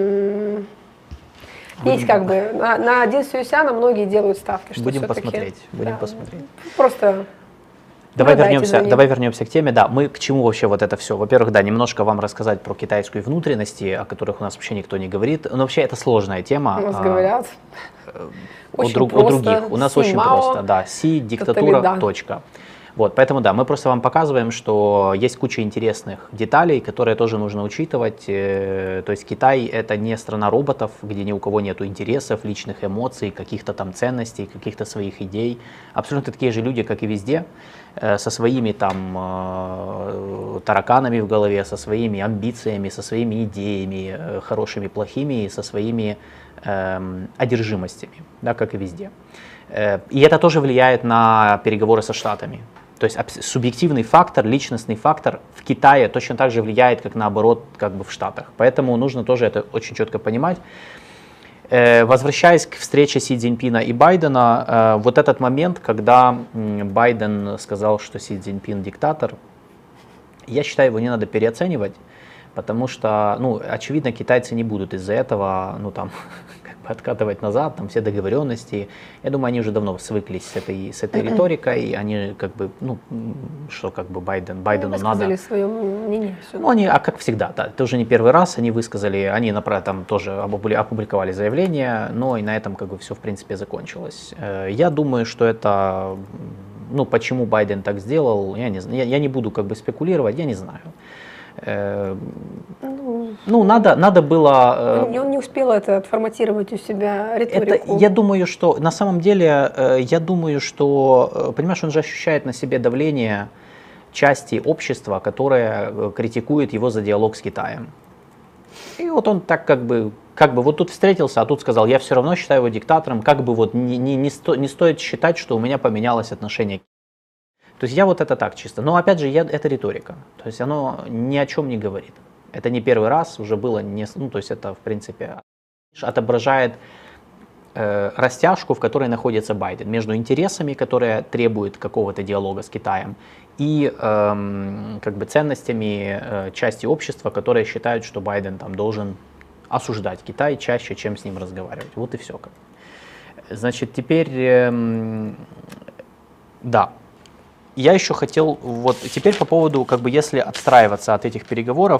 Есть как бы, на Дин Сюйсяна многие делают ставки, что Будем все-таки... посмотреть, будем да, посмотреть. Просто... Давай наблюдайте за ним. давай вернемся к теме. Да, мы к чему вообще вот это все? Во-первых, да, немножко вам рассказать про китайскую внутренности, о которых у нас вообще никто не говорит. Но вообще это сложная тема. У нас говорят. У Очень других. У нас Си очень Мао, просто. Да, Си, диктатура, тоталитар. точка. Вот, поэтому да, мы просто вам показываем, что есть куча интересных деталей, которые тоже нужно учитывать. То есть Китай это не страна роботов, где ни у кого нет интересов, личных эмоций, каких-то там ценностей, каких-то своих идей. Абсолютно такие же люди, как и везде, со своими там тараканами в голове, со своими амбициями, со своими идеями, хорошими, плохими, и со своими одержимостями, да, как и везде. И это тоже влияет на переговоры со Штатами. То есть субъективный фактор, личностный фактор в Китае точно так же влияет, как наоборот, как бы в Штатах. Поэтому нужно тоже это очень четко понимать. Возвращаясь к встрече Си Цзиньпина и Байдена, вот этот момент, когда Байден сказал, что Си Цзиньпин диктатор, я считаю, его не надо переоценивать, потому что, ну, очевидно, китайцы не будут из-за этого, ну, там, как бы откатывать назад, там, все договоренности. Я думаю, они уже давно свыклись с этой риторикой, они, как бы, ну, что, как бы, Байдену надо... Высказали свое мнение. Всё. Ну, они, как всегда, да, это уже не первый раз, они высказали, они там тоже опубликовали заявление, но и на этом, как бы, все, в принципе, закончилось. Я думаю, что это, ну, почему Байден так сделал, я не знаю, я не буду, как бы, спекулировать, я не знаю. Ну, надо было... Он не успел это отформатировать у себя риторику. Я думаю, что на самом деле, понимаешь, он же ощущает на себе давление части общества, которое критикует его за диалог с Китаем. И вот он так как бы вот тут встретился, а тут сказал, я все равно считаю его диктатором, как бы вот не стоит считать, что у меня поменялось отношение. То есть я вот это так чисто. Но опять же, это риторика. То есть оно ни о чем не говорит. Это не первый раз, уже было, ну то есть это в принципе отображает растяжку, в которой находится Байден, между интересами, которые требуют какого-то диалога с Китаем, и как бы ценностями части общества, которые считают, что Байден там должен осуждать Китай чаще, чем с ним разговаривать. Вот и все. Значит, теперь, да. Я еще хотел, вот теперь по поводу, как бы, если отстраиваться от этих переговоров,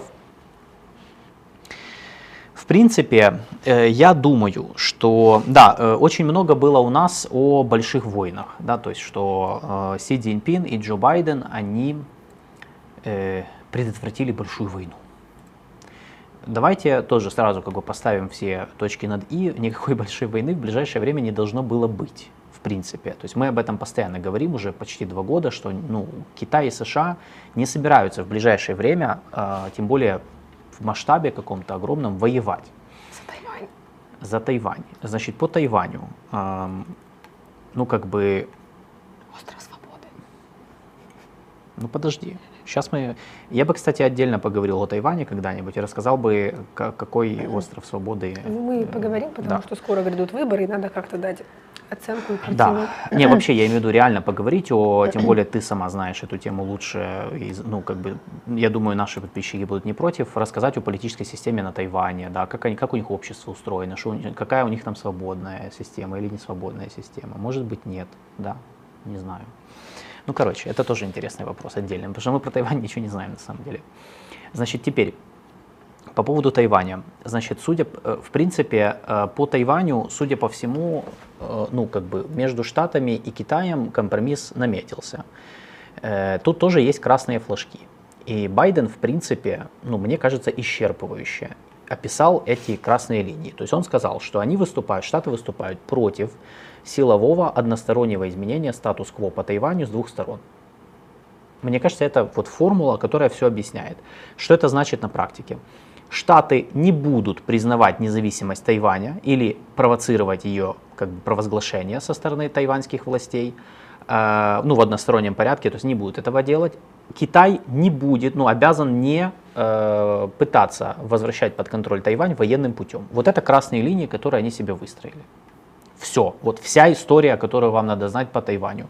в принципе, я думаю, что, да, очень много было у нас о больших войнах, да, то есть, что Си Цзиньпин и Джо Байден, они предотвратили большую войну. Давайте тоже сразу, как бы, поставим все точки над «и», никакой большой войны в ближайшее время не должно было быть. В принципе. То есть мы об этом постоянно говорим уже почти 2 года, что, ну, Китай и США не собираются в ближайшее время, тем более в масштабе каком-то огромном, воевать. За Тайвань. За Тайвань. Значит, по Тайваню, ну, как бы... Остров свободы. Ну, подожди. Сейчас Я бы, кстати, отдельно поговорил о Тайване когда-нибудь и рассказал бы, какой остров свободы. Мы поговорим, потому что скоро грядут выборы, и надо как-то дать оценку и картину. Да. Не, вообще, я имею в виду реально поговорить тем более ты сама знаешь эту тему лучше, ну, как бы, я думаю, наши подписчики будут не против, рассказать о политической системе на Тайване, да, как у них общество устроено, какая у них там свободная система или не свободная система. Может быть, нет, да, не знаю. Ну, короче, это тоже интересный вопрос отдельный, потому что мы про Тайвань ничего не знаем на самом деле. Значит, теперь, По поводу Тайваня. Значит, в принципе, по Тайваню, судя по всему, ну, как бы между Штатами и Китаем компромисс наметился. Тут тоже есть красные флажки. И Байден, в принципе, ну, мне кажется, исчерпывающе описал эти красные линии. То есть он сказал, что Штаты выступают против силового одностороннего изменения статус-кво по Тайваню с двух сторон. Мне кажется, это вот формула, которая все объясняет. Что это значит на практике? Штаты не будут признавать независимость Тайваня или провоцировать ее как бы провозглашение со стороны тайваньских властей, ну, в одностороннем порядке, то есть не будут этого делать. Китай не будет, ну, обязан не пытаться возвращать под контроль Тайвань военным путем. Вот это красные линии, которые они себе выстроили. Все, вот вся история, которую вам надо знать по Тайваню.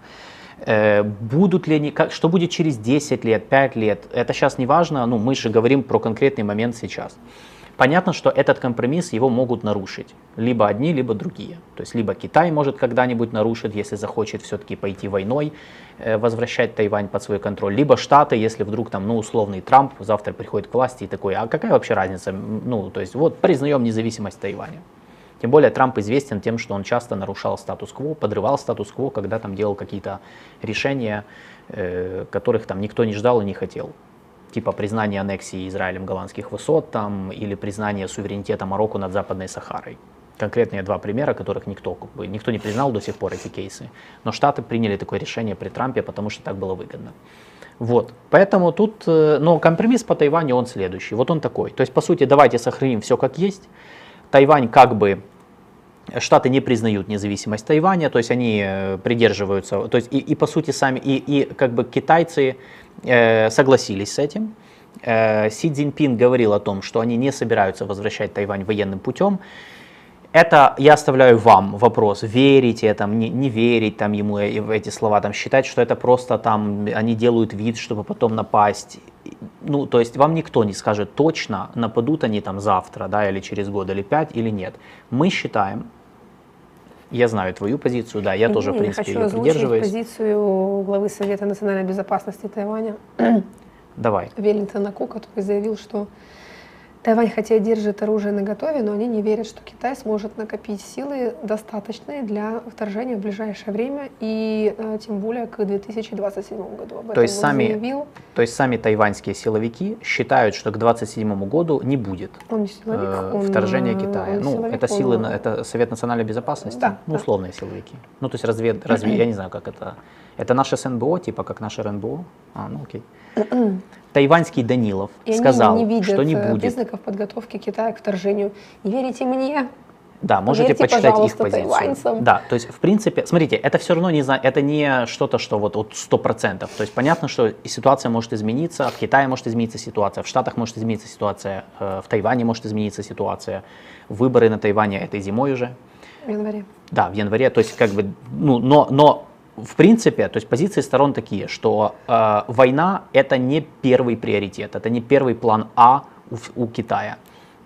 Будут ли они, что будет через 10 лет, 5 лет, это сейчас не важно, ну, мы же говорим про конкретный момент сейчас. Понятно, что этот компромисс его могут нарушить, либо одни, либо другие. То есть либо Китай может когда-нибудь нарушить, если захочет все-таки пойти войной, возвращать Тайвань под свой контроль, либо Штаты, если вдруг там, ну, условный Трамп завтра приходит к власти и такой, а какая вообще разница, ну, то есть вот признаем независимость Тайваня. Тем более Трамп известен тем, что он часто нарушал статус-кво, подрывал статус-кво, когда там делал какие-то решения, которых там никто не ждал и не хотел. Типа признание аннексии Израилем голландских высот там, или признание суверенитета Марокко над Западной Сахарой. Конкретные два примера, которых никто не признал до сих пор, эти кейсы. Но Штаты приняли такое решение при Трампе, потому что так было выгодно. Вот. Поэтому тут, но компромисс по Тайваню, он следующий. Вот он такой. То есть, по сути, давайте сохраним все как есть. Тайвань как бы, Штаты не признают независимость Тайваня, то есть они придерживаются, то есть и по сути сами, и как бы китайцы согласились с этим. Си Цзиньпин говорил о том, что они не собираются возвращать Тайвань военным путем. Это я оставляю вам вопрос, верите, там, не верить там, ему в эти слова, там, считать, что это просто там, они делают вид, чтобы потом напасть. Ну, то есть вам никто не скажет точно, нападут они там завтра, да, или через год, или 5, или нет. Мы считаем, я знаю твою позицию, да, я тоже, в принципе, ее придерживаюсь. Я хочу позицию главы Совета национальной безопасности Тайваня. Давай. Веллингтона Ку, который заявил, что Тайвань хотя и держит оружие наготове, но они не верят, что Китай сможет накопить силы достаточные для вторжения в ближайшее время и тем более к 2027 году. Об этом он заявил. То есть сами тайваньские силовики считают, что к 2027 году не будет вторжения Китая. Это силы, это Совет национальной безопасности, да, ну, условные силовики. Ну, то есть разве я не знаю, как это. Это наше СНБО, типа как наше РНБО? Ну окей. Тайваньский Данилов сказал, что не будет признаков подготовки Китая к вторжению. Не верите мне? Да, можете почитать их позицию. Тайваньцам. Да, то есть в принципе, смотрите, это все равно это не что-то, что вот 100%. То есть понятно, что ситуация может измениться, в Китае может измениться ситуация, в Штатах может измениться ситуация, в Тайване может измениться ситуация. Выборы на Тайване этой зимой уже. В январе. Да, в январе. То есть как бы, ну, но в принципе, то есть позиции сторон такие, что война это не первый приоритет, это не первый план А у Китая.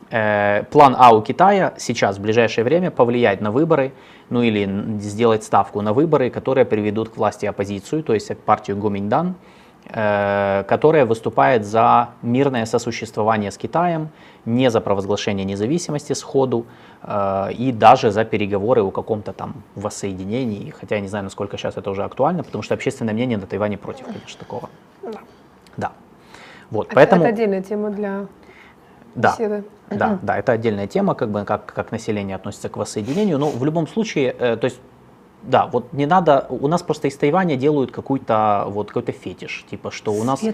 План А у Китая сейчас в ближайшее время повлиять на выборы, ну или сделать ставку на выборы, которые приведут к власти оппозицию, то есть партию Гоминьдан, которая выступает за мирное сосуществование с Китаем, не за провозглашение независимости сходу и даже за переговоры о каком-то там воссоединении, хотя я не знаю, насколько сейчас это уже актуально, потому что общественное мнение на Тайване против, конечно, такого. Да. Вот, поэтому... Это отдельная тема для беседы. Да, это отдельная тема, как бы как население относится к воссоединению, но в любом случае, то есть да, вот не надо, у нас просто из Тайваня делают какой-то фетиш, типа, что у нас...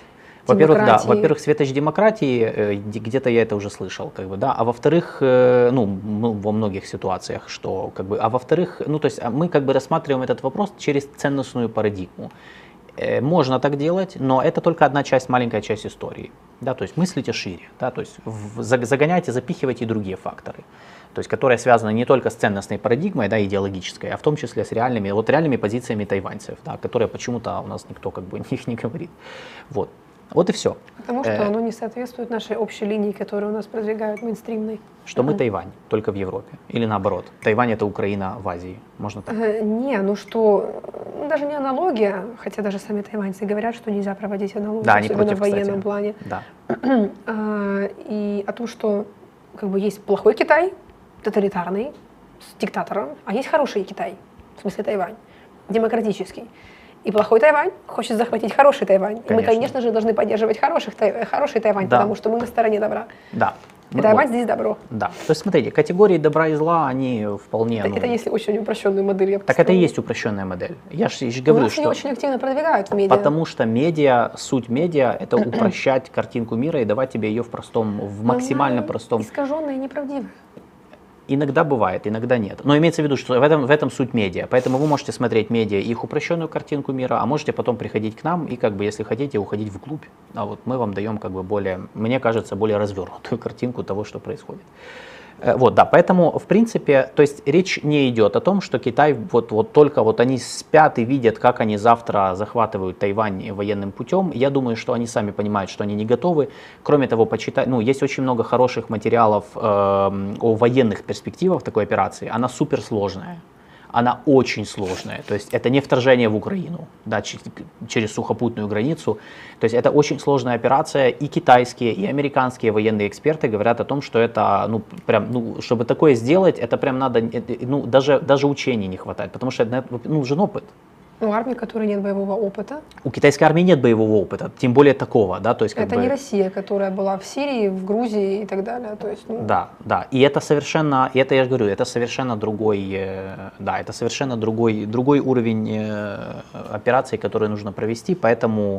Во-первых, светоч демократии, где-то я это уже слышал, как бы, да, а во-вторых, ну, во многих ситуациях, что, как бы, а во-вторых, ну, то есть мы как бы рассматриваем этот вопрос через ценностную парадигму. Можно так делать, но это только одна часть, маленькая часть истории, да, то есть мыслите шире, да, то есть загоняйте, запихивайте и другие факторы, то есть которые связаны не только с ценностной парадигмой, да, идеологической, а в том числе с реальными позициями тайваньцев, да, которые почему-то у нас никто как бы их не говорит, вот и все. Потому что оно не соответствует нашей общей линии, которую у нас продвигают мейнстримной. Что мы Тайвань, только в Европе. Или наоборот. Тайвань это Украина в Азии. Можно так? Не, ну что даже не аналогия, хотя даже сами тайваньцы говорят, что нельзя проводить аналогию, Да, они особенно против, в военном кстати. плане. Да. И о том, что как бы есть плохой Китай, тоталитарный, с диктатором, а есть хороший Китай, в смысле Тайвань, демократический. И плохой Тайвань хочет захватить хороший Тайвань. И мы, конечно же, должны поддерживать хороший Тайвань, Да. потому что мы на стороне добра. Да. И Тайвань здесь добро. Да. То есть, смотрите, категории добра и зла, они вполне... Это если очень упрощенную модель. Я Так это и есть упрощенная модель. Я же говорю, нас что... не очень активно продвигают в медиа. Потому что медиа, суть медиа, это упрощать картинку мира и давать тебе ее в максимально простом... Искаженная и неправдивая. Иногда бывает, иногда нет. Но имеется в виду, что в этом суть медиа. Поэтому вы можете смотреть медиа и их упрощенную картинку мира, а можете потом приходить к нам и, как бы, если хотите, уходить вглубь. А вот мы вам даем, как бы, более, мне кажется, более развернутую картинку того, что происходит. Вот, да, поэтому, в принципе, то есть речь не идет о том, что Китай вот только вот они спят и видят, как они завтра захватывают Тайвань военным путем. Я думаю, что они сами понимают, что они не готовы. Кроме того, есть очень много хороших материалов о военных перспективах такой операции. Она суперсложная. Она очень сложная, то есть это не вторжение в Украину, да, через сухопутную границу, то есть это очень сложная операция, и китайские, и американские военные эксперты говорят о том, что это, чтобы такое сделать, это прям надо, даже учений не хватает, потому что это нужен опыт. У армии, у которой нет боевого опыта. У китайской армии нет боевого опыта, тем более такого, да, то есть это не Россия, которая была в Сирии, в Грузии и так далее, то есть. Да, и это совершенно, я же говорю, это совершенно другой, это совершенно другой уровень операций, которые нужно провести, поэтому,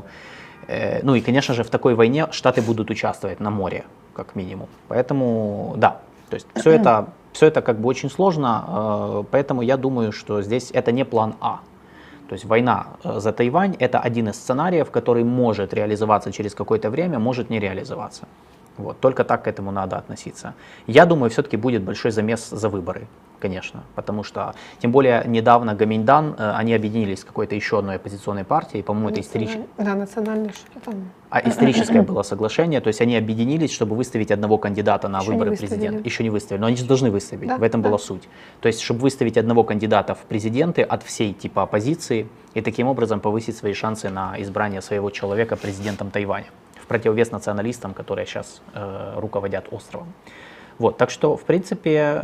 и, конечно же, в такой войне Штаты будут участвовать на море, как минимум, поэтому, да, то есть все это как бы очень сложно, поэтому я думаю, что здесь это не план А. То есть война за Тайвань – это один из сценариев, который может реализоваться через какое-то время, может не реализоваться. Вот, только так к этому надо относиться. Я думаю, все-таки будет большой замес за выборы, конечно, потому что, тем более, недавно Гоминьдан, они объединились с какой-то еще одной оппозиционной партией, по-моему, это историческое. Да, национальное что там. Историческое было соглашение, то есть они объединились, чтобы выставить одного кандидата на выборы президента. Еще не выставили, но они же должны выставить, да, в этом была суть. То есть, чтобы выставить одного кандидата в президенты от всей типа оппозиции и таким образом повысить свои шансы на избрание своего человека президентом Тайваня, в противовес националистам, которые сейчас руководят островом. Вот, так что, в принципе,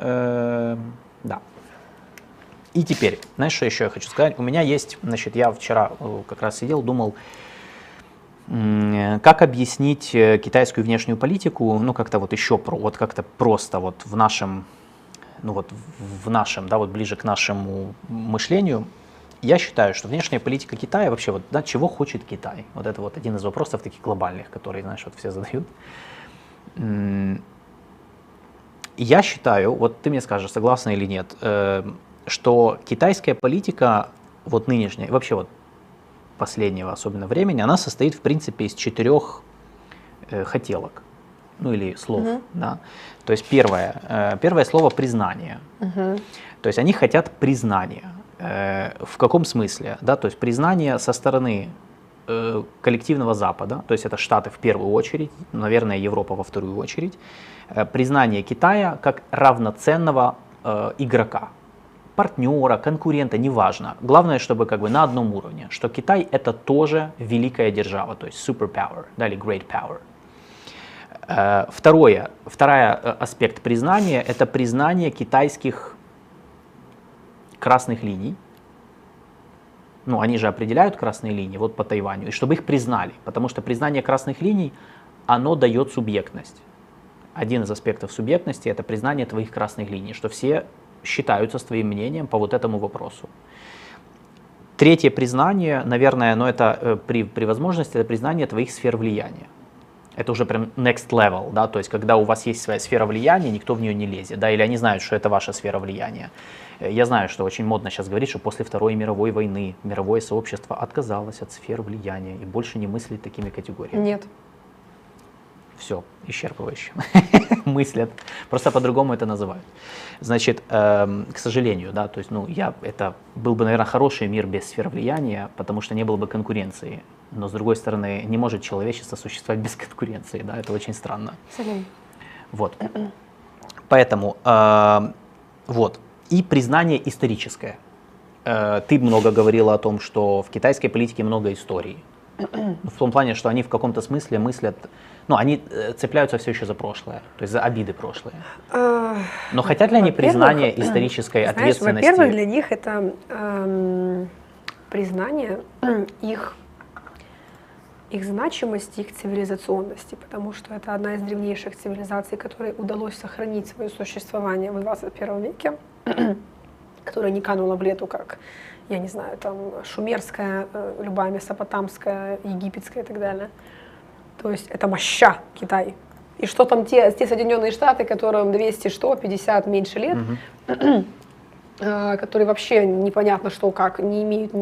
да. И теперь, знаешь, что еще я хочу сказать? У меня есть, значит, я вчера как раз сидел, думал, как объяснить китайскую внешнюю политику, как-то вот еще, как-то просто вот в нашем, да, вот ближе к нашему мышлению. Я считаю, что внешняя политика Китая вообще, вот, да, чего хочет Китай? Вот это вот один из вопросов таких глобальных, которые, знаешь, вот все задают. Я считаю, вот ты мне скажешь, согласна или нет, что китайская политика, вот нынешняя, вообще вот последнего особенно времени, она состоит в принципе из 4 хотелок, или слов. Да? То есть первое слово признание. То есть они хотят признания. В каком смысле? Да? То есть признание со стороны коллективного Запада, то есть это Штаты в первую очередь, наверное, Европа во вторую очередь, признание Китая как равноценного игрока, партнера, конкурента, неважно. Главное, чтобы как бы на одном уровне, что Китай это тоже великая держава, то есть superpower, да, или great power. Второй аспект признания – это признание китайских красных линий. Они же определяют красные линии вот по Тайваню, и чтобы их признали, потому что признание красных линий, оно дает субъектность. Один из аспектов субъектности – это признание твоих красных линий, что все считаются с твоим мнением по вот этому вопросу. Третье признание, наверное, это при возможности, это признание твоих сфер влияния. Это уже прям next level, да, то есть когда у вас есть своя сфера влияния, никто в нее не лезет, да, или они знают, что это ваша сфера влияния. Я знаю, что очень модно сейчас говорить, что после Второй мировой войны мировое сообщество отказалось от сфер влияния и больше не мыслит такими категориями. Нет. Все, исчерпывающе. Мыслят. Просто по-другому это называют. Значит, к сожалению, да, то есть, это был бы, наверное, хороший мир без сфер влияния, потому что не было бы конкуренции. Но, с другой стороны, не может человечество существовать без конкуренции, да, это очень странно. Вот. Поэтому, вот. И признание историческое. Ты много говорила о том, что в китайской политике много историй. В том плане, что они в каком-то смысле мыслят, ну, они цепляются все еще за прошлое, то есть за обиды прошлое. Но хотят ли они признания исторической ответственности? Во-первых, для них это признание их значимости, их цивилизационности, потому что это одна из древнейших цивилизаций, которой удалось сохранить свое существование в 21 веке, которая не канула в лету, как, я не знаю, там, шумерская, любая месопотамская, египетская и так далее. То есть это моща Китай. И что там те Соединенные Штаты, которым 250 меньше лет, которые вообще непонятно что, как, не имеют,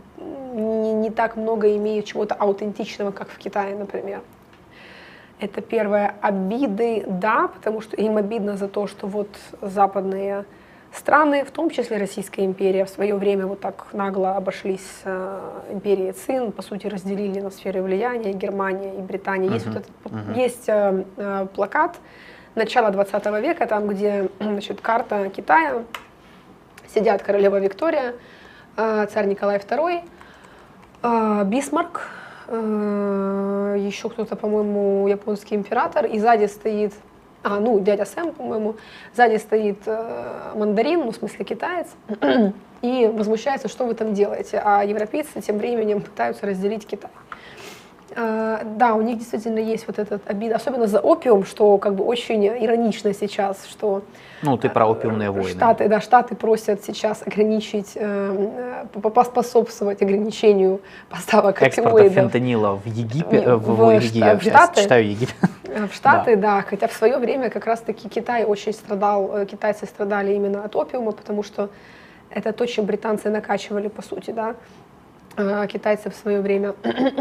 не так много имеют чего-то аутентичного, как в Китае, например. Это первое. Обиды, да, потому что им обидно за то, что вот западные страны, в том числе Российская империя, в свое время вот так нагло обошлись империей Цин, по сути разделили на сферы влияния Германия и Британия. Есть, вот этот, есть плакат начала 20 века, там, где, значит, карта Китая, сидят королева Виктория, царь Николай II, Бисмарк, еще кто-то, по-моему, японский император, и сзади стоит, дядя Сэм, по-моему, сзади стоит мандарин, ну, в смысле китаец, и возмущается, что вы там делаете, а европейцы тем временем пытаются разделить Китай. Да, у них действительно есть вот этот обида, особенно за опиум, что как бы очень иронично сейчас, что... Ну, ты про опиумные войны. Штаты просят сейчас ограничить, поспособствовать ограничению поставок экспорта опиоидов. фентанила в Египет, в Штаты. Читаю Египет. В Штаты, да, хотя в свое время как раз-таки Китай очень страдал, китайцы страдали именно от опиума, потому что это то, чем британцы накачивали, по сути, да, китайцы в свое время.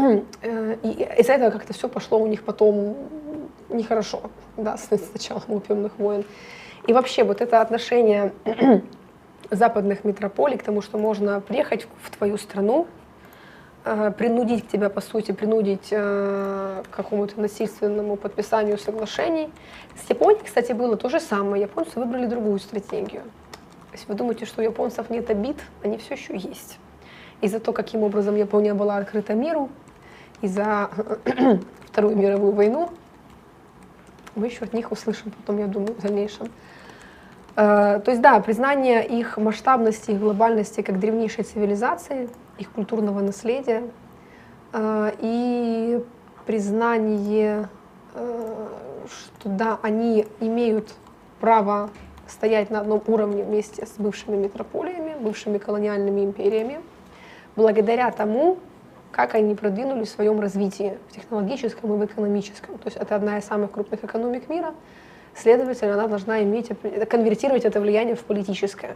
И из-за этого как-то все пошло у них потом нехорошо, да, с началом опиумных войн. И вообще вот это отношение западных метрополий к тому, что можно приехать в твою страну, принудить тебя, по сути, принудить к какому-то насильственному подписанию соглашений. С Японией, кстати, было то же самое. Японцы выбрали другую стратегию. Если вы думаете, что у японцев нет обид, они все еще есть. И за то, каким образом Япония была открыта миру, и за Вторую мировую войну, мы еще от них услышим потом, я думаю, в дальнейшем. То есть, да, признание их масштабности, их глобальности как древнейшей цивилизации, их культурного наследия, и признание, что, да, они имеют право стоять на одном уровне вместе с бывшими метрополиями, бывшими колониальными империями, благодаря тому, как они продвинулись в своем развитии, в технологическом и в экономическом. То есть это одна из самых крупных экономик мира, следовательно, она должна конвертировать это влияние в политическое.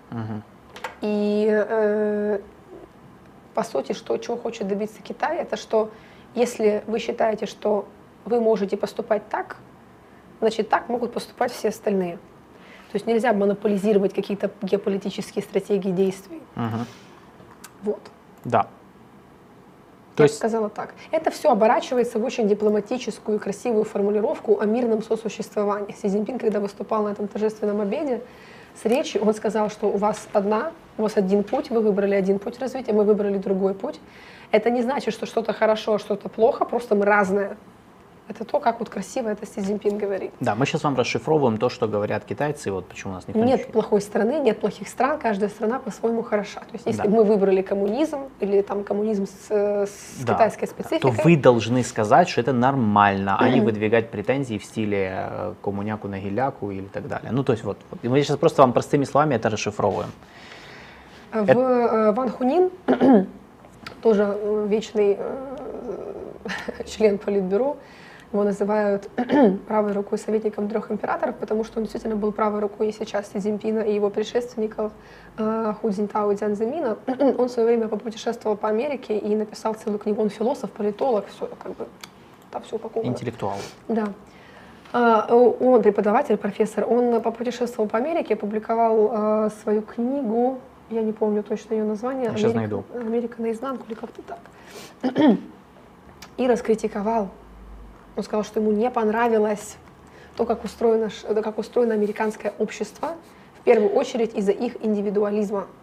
И, по сути, чего хочет добиться Китай, это что, если вы считаете, что вы можете поступать так, значит, так могут поступать все остальные. То есть нельзя монополизировать какие-то геополитические стратегии действий. Вот. Да. Я бы сказала так. Это все оборачивается в очень дипломатическую и красивую формулировку о мирном сосуществовании. Си Цзиньпин, когда выступал на этом торжественном обеде, с речью он сказал, что у вас один путь, вы выбрали один путь развития, мы выбрали другой путь. Это не значит, что что-то хорошо, а что-то плохо, просто мы разные. Это то, как вот красиво это Си Цзиньпин говорит. Да, мы сейчас вам расшифровываем то, что говорят китайцы, вот почему у нас никто Нет плохой страны, нет плохих стран, каждая страна по-своему хороша. То есть если Да. мы выбрали коммунизм, или там коммунизм с Да. китайской спецификой, то вы должны сказать, что это нормально, а не выдвигать претензии в стиле коммуняку на гиляку или так далее. Ну, то есть вот. И мы сейчас просто вам простыми словами это расшифровываем. Ван Хунин, тоже вечный член Политбюро, его называют правой рукой советником 3 императоров, потому что он действительно был правой рукой и сейчас Си Цзиньпина и его предшественников Ху Цзиньтао и Цзян Цзэмина. Он в свое время попутешествовал по Америке и написал целую книгу. Он философ, политолог, все как бы там все упаковано. Интеллектуал. Да. Он преподаватель, профессор. Он попутешествовал по Америке, опубликовал свою книгу, я не помню точно ее название. Сейчас найду. «Америка наизнанку» или как-то так. И раскритиковал. Он сказал, что ему не понравилось то, как устроено американское общество, в первую очередь из-за их индивидуализма.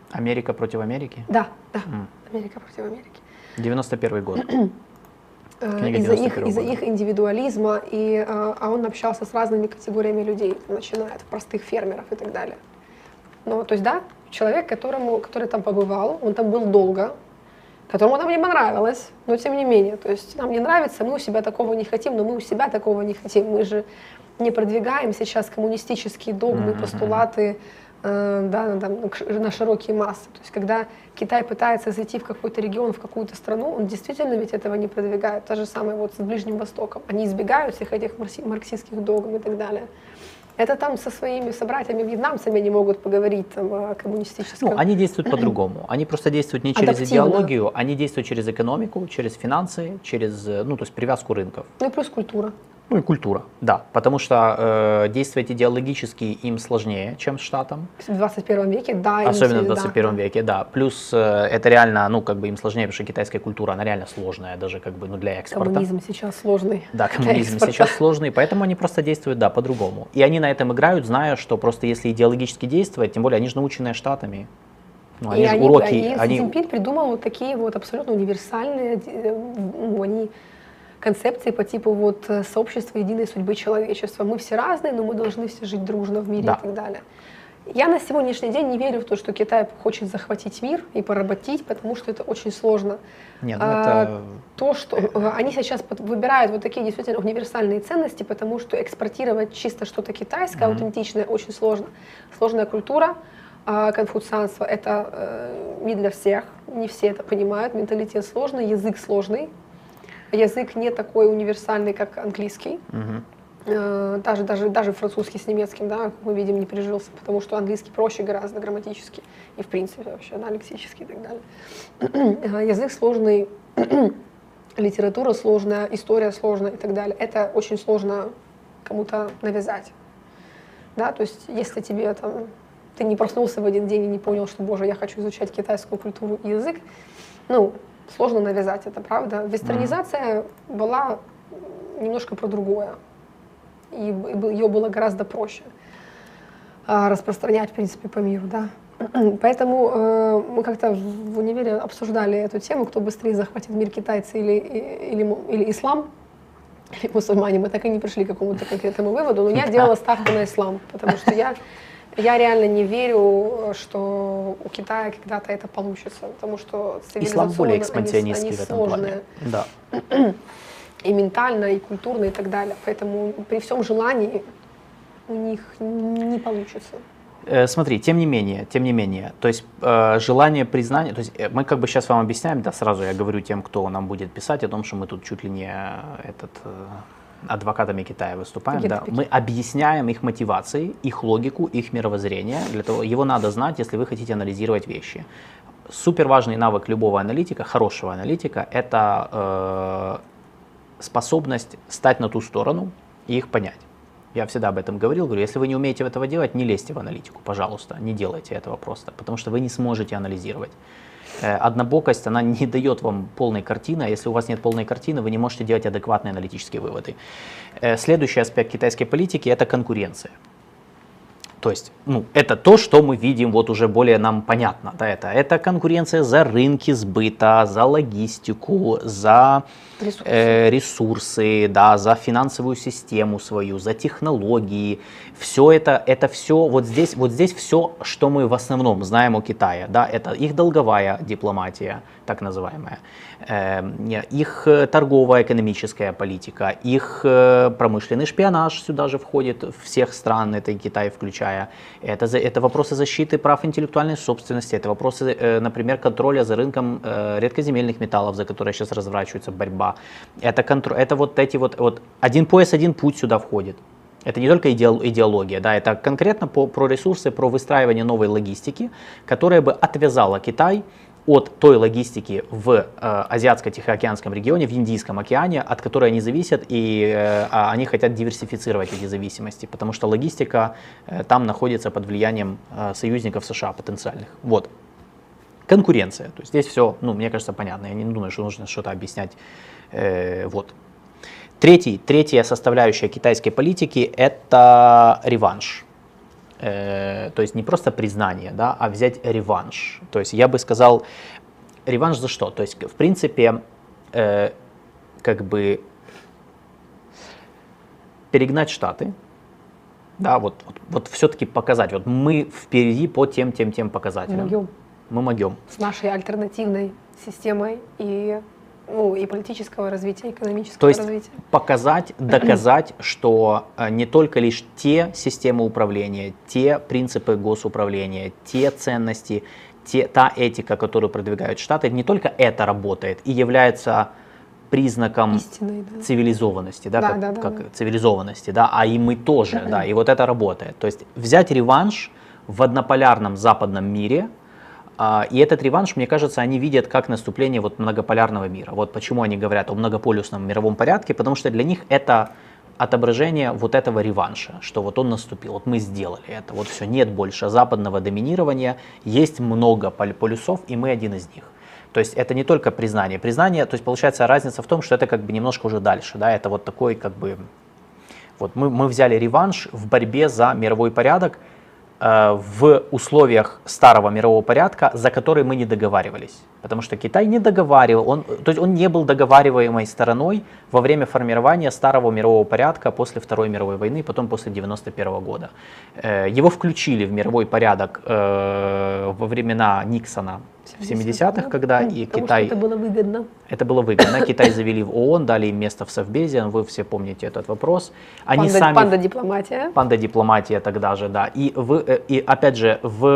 Америка против Америки? Да. Америка против Америки. 91 год. Книга Из-за 91 года. их индивидуализма, а он общался с разными категориями людей, начиная от простых фермеров и так далее. Ну, то есть, да, человек, который там побывал, он там был долго, которому там не понравилось, но тем не менее, то есть нам не нравится, мы у себя такого не хотим, но мы у себя такого не хотим, мы же не продвигаем сейчас коммунистические догмы, постулаты на широкие массы. То есть когда Китай пытается зайти в какой-то регион, в какую-то страну, он действительно ведь этого не продвигает. То же самое вот с Ближним Востоком. Они избегают всех этих марксистских догм и так далее. Это там со своими собратьями вьетнамцами не могут поговорить там, о коммунистическом. Ну, они действуют по-другому. Они просто действуют не через идеологию, они действуют через экономику, через финансы, через, ну, то есть привязку рынков. Ну и плюс культура. Ну и культура, да. Потому что действовать идеологически им сложнее, чем Штатам. В 21 веке, да. Особенно в 21 веке, да. Плюс это реально, ну, как бы им сложнее, потому что китайская культура, она реально сложная, даже как бы, ну, для экспорта. Коммунизм сейчас сложный. Да, коммунизм сейчас сложный, поэтому они просто действуют, да, по-другому. И они на этом играют, зная, что просто если идеологически действовать, тем более они же наученные Штатами. Ну, они же уроки... Си Цзиньпин придумал вот такие вот абсолютно универсальные, ну, они... концепции по типу вот сообщества единой судьбы человечества. Мы все разные, но мы должны все жить дружно в мире, да, и так далее. Я на сегодняшний день не верю в то, что Китай хочет захватить мир и поработить, потому что это очень сложно. Нет, ну это... То, что они сейчас выбирают вот такие действительно универсальные ценности, потому что экспортировать чисто что-то китайское, аутентичное, очень сложно. Сложная культура, конфуцианство — это не для всех, не все это понимают, менталитет сложный, язык сложный. Язык не такой универсальный, как английский. Даже французский с немецким, да, мы видим, не прижился, потому что английский проще гораздо грамматически и в принципе вообще, да, лексически и так далее. Язык сложный, литература сложная, история сложная и так далее. Это очень сложно кому-то навязать. Да, то есть если тебе там, ты не проснулся в один день и не понял, что, боже, я хочу изучать китайскую культуру и язык, ну, сложно навязать, это правда. Вестернизация была немножко про другое. И ее было гораздо проще распространять, в принципе, по миру, да. Поэтому мы как-то в универе обсуждали эту тему, кто быстрее захватит мир, китайцы или ислам, или мусульмане. Мы так и не пришли к какому-то конкретному выводу, но я делала ставку на ислам, потому что я реально не верю, что у Китая когда-то это получится, потому что ислам более экспансионистский в этом плане. Да. И ментально, и культурно, и так далее. Поэтому при всем желании у них не получится. Смотри, тем не менее, то есть желание признания, то есть мы как бы сейчас вам объясняем, да, сразу я говорю тем, кто нам будет писать о том, что мы тут чуть ли не адвокатами Китая выступаем, да, мы объясняем их мотивации, их логику, их мировоззрение, для того, его надо знать, если вы хотите анализировать вещи. Супер важный навык любого аналитика, хорошего аналитика, это способность стать на ту сторону и их понять. Я всегда об этом говорил, если вы не умеете этого делать, не лезьте в аналитику, пожалуйста, не делайте этого просто, потому что вы не сможете анализировать. Однобокость, она не дает вам полной картины, а если у вас нет полной картины, вы не можете делать адекватные аналитические выводы. Следующий аспект китайской политики – это конкуренция. То есть, ну, это то, что мы видим, вот уже более нам понятно. Да, это конкуренция за рынки сбыта, за логистику, за ресурсы, да, за финансовую систему свою, за технологии. Все это все, вот здесь все, что мы в основном знаем о Китае. Да, это их долговая дипломатия, так называемая, их торговая экономическая политика, их промышленный шпионаж сюда же входит, всех стран, это и Китай включая. Это вопросы защиты прав интеллектуальной собственности, это вопросы, например, контроля за рынком редкоземельных металлов, за которые сейчас разворачивается борьба. Это вот эти вот один пояс, один путь сюда входит. Это не только идеология, да, это конкретно про ресурсы, про выстраивание новой логистики, которая бы отвязала Китай от той логистики в Азиатско-Тихоокеанском регионе, в Индийском океане, от которой они зависят, и они хотят диверсифицировать эти зависимости, потому что логистика там находится под влиянием союзников США потенциальных. Вот. Конкуренция. То есть здесь все, ну, мне кажется, понятно. Я не думаю, что нужно что-то объяснять. Вот. Третья составляющая китайской политики – это реванш. то есть не просто признание, да, а взять реванш. То есть я бы сказал, реванш за что? То есть, в принципе, как бы перегнать Штаты, да, вот все-таки показать, вот мы впереди по тем показателям. Мы могем. С нашей альтернативной системой и политического развития, и экономического развития. То есть показать, доказать, что не только лишь те системы управления, те принципы госуправления, те ценности, та этика, которую продвигают Штаты, не только это работает и является признаком истинной, да, цивилизованности, да, как да. Цивилизованности, да, а и мы тоже, да, и вот это работает. То есть взять реванш в однополярном западном мире, и этот реванш, мне кажется, они видят как наступление вот многополярного мира. Вот почему они говорят о многополюсном мировом порядке, потому что для них это отображение вот этого реванша, что вот он наступил, вот мы сделали это, вот все, нет больше западного доминирования, есть много полюсов, и мы один из них. То есть это не только признание. Признание, то есть получается разница в том, что это как бы немножко уже дальше, да, это вот такой как бы, вот мы взяли реванш в борьбе за мировой порядок, в условиях старого мирового порядка, за который мы не договаривались. Потому что Китай не договаривал, то есть он не был договариваемой стороной во время формирования старого мирового порядка после Второй мировой войны, потом после 1991 года. Его включили в мировой порядок во времена Никсона в 70-х, когда и Китай... это было выгодно. Это было выгодно. Китай завели в ООН, дали им место в Совбезе, вы все помните этот вопрос. Они Панда-дипломатия. Панда-дипломатия тогда же, да. И опять же, в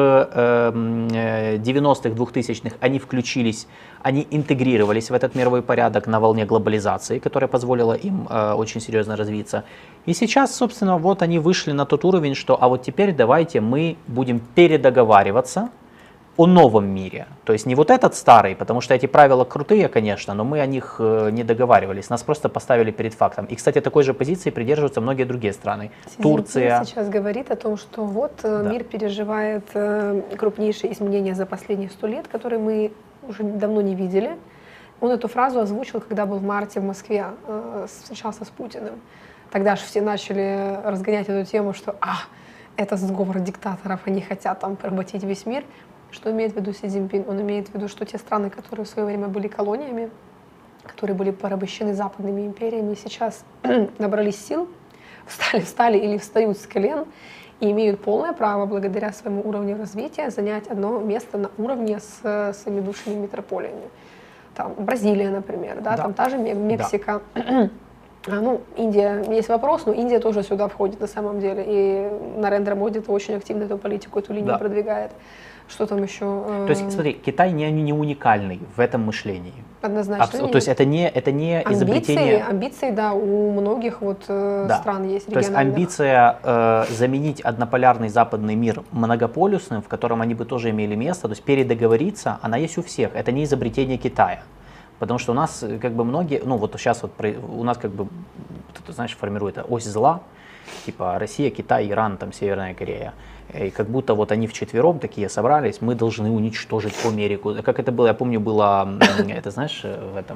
90-х, 2000-х они включились, они интегрировались в этот мировой порядок на волне глобализации, которая позволила им очень серьезно развиться. И сейчас, собственно, вот они вышли на тот уровень, что а вот теперь давайте мы будем передоговариваться о новом мире. То есть не вот этот старый, потому что эти правила крутые, конечно, но мы о них не договаривались. Нас просто поставили перед фактом. И, кстати, такой же позиции придерживаются многие другие страны. Турция. Сейчас говорит о том, что вот мир переживает крупнейшие изменения за последние 100 лет, которые мы уже давно не видели. Он эту фразу озвучил, когда был в марте в Москве, встречался с Путиным. Тогда же все начали разгонять эту тему, что это сговор диктаторов, они хотят там поработить весь мир. Что имеет в виду Си Цзиньпин? Он имеет в виду, что те страны, которые в свое время были колониями, которые были порабощены западными империями, сейчас набрались сил, встали или встают с колен и имеют полное право, благодаря своему уровню развития, занять одно место на уровне с своими бывшими метрополиями. Там Бразилия, например, да. Там та же Мексика. Да. Индия, есть вопрос, но Индия тоже сюда входит на самом деле. И Нарендра Моди очень активно эту политику, эту линию продвигает. Что там еще? То есть, смотри, Китай не уникальный в этом мышлении. Однозначно. То есть это не изобретение. Амбиции, да, у многих стран есть региональных. То есть амбиция заменить однополярный западный мир многополюсным, в котором они бы тоже имели место, то есть передоговориться, она есть у всех. Это не изобретение Китая. Потому что у нас как бы многие, вот сейчас у нас как бы, ты знаешь, формирует ось зла, типа Россия, Китай, Иран, там Северная Корея. И как будто вот они вчетвером такие собрались, мы должны уничтожить Америку. Как это было, я помню, было, это знаешь, в этом,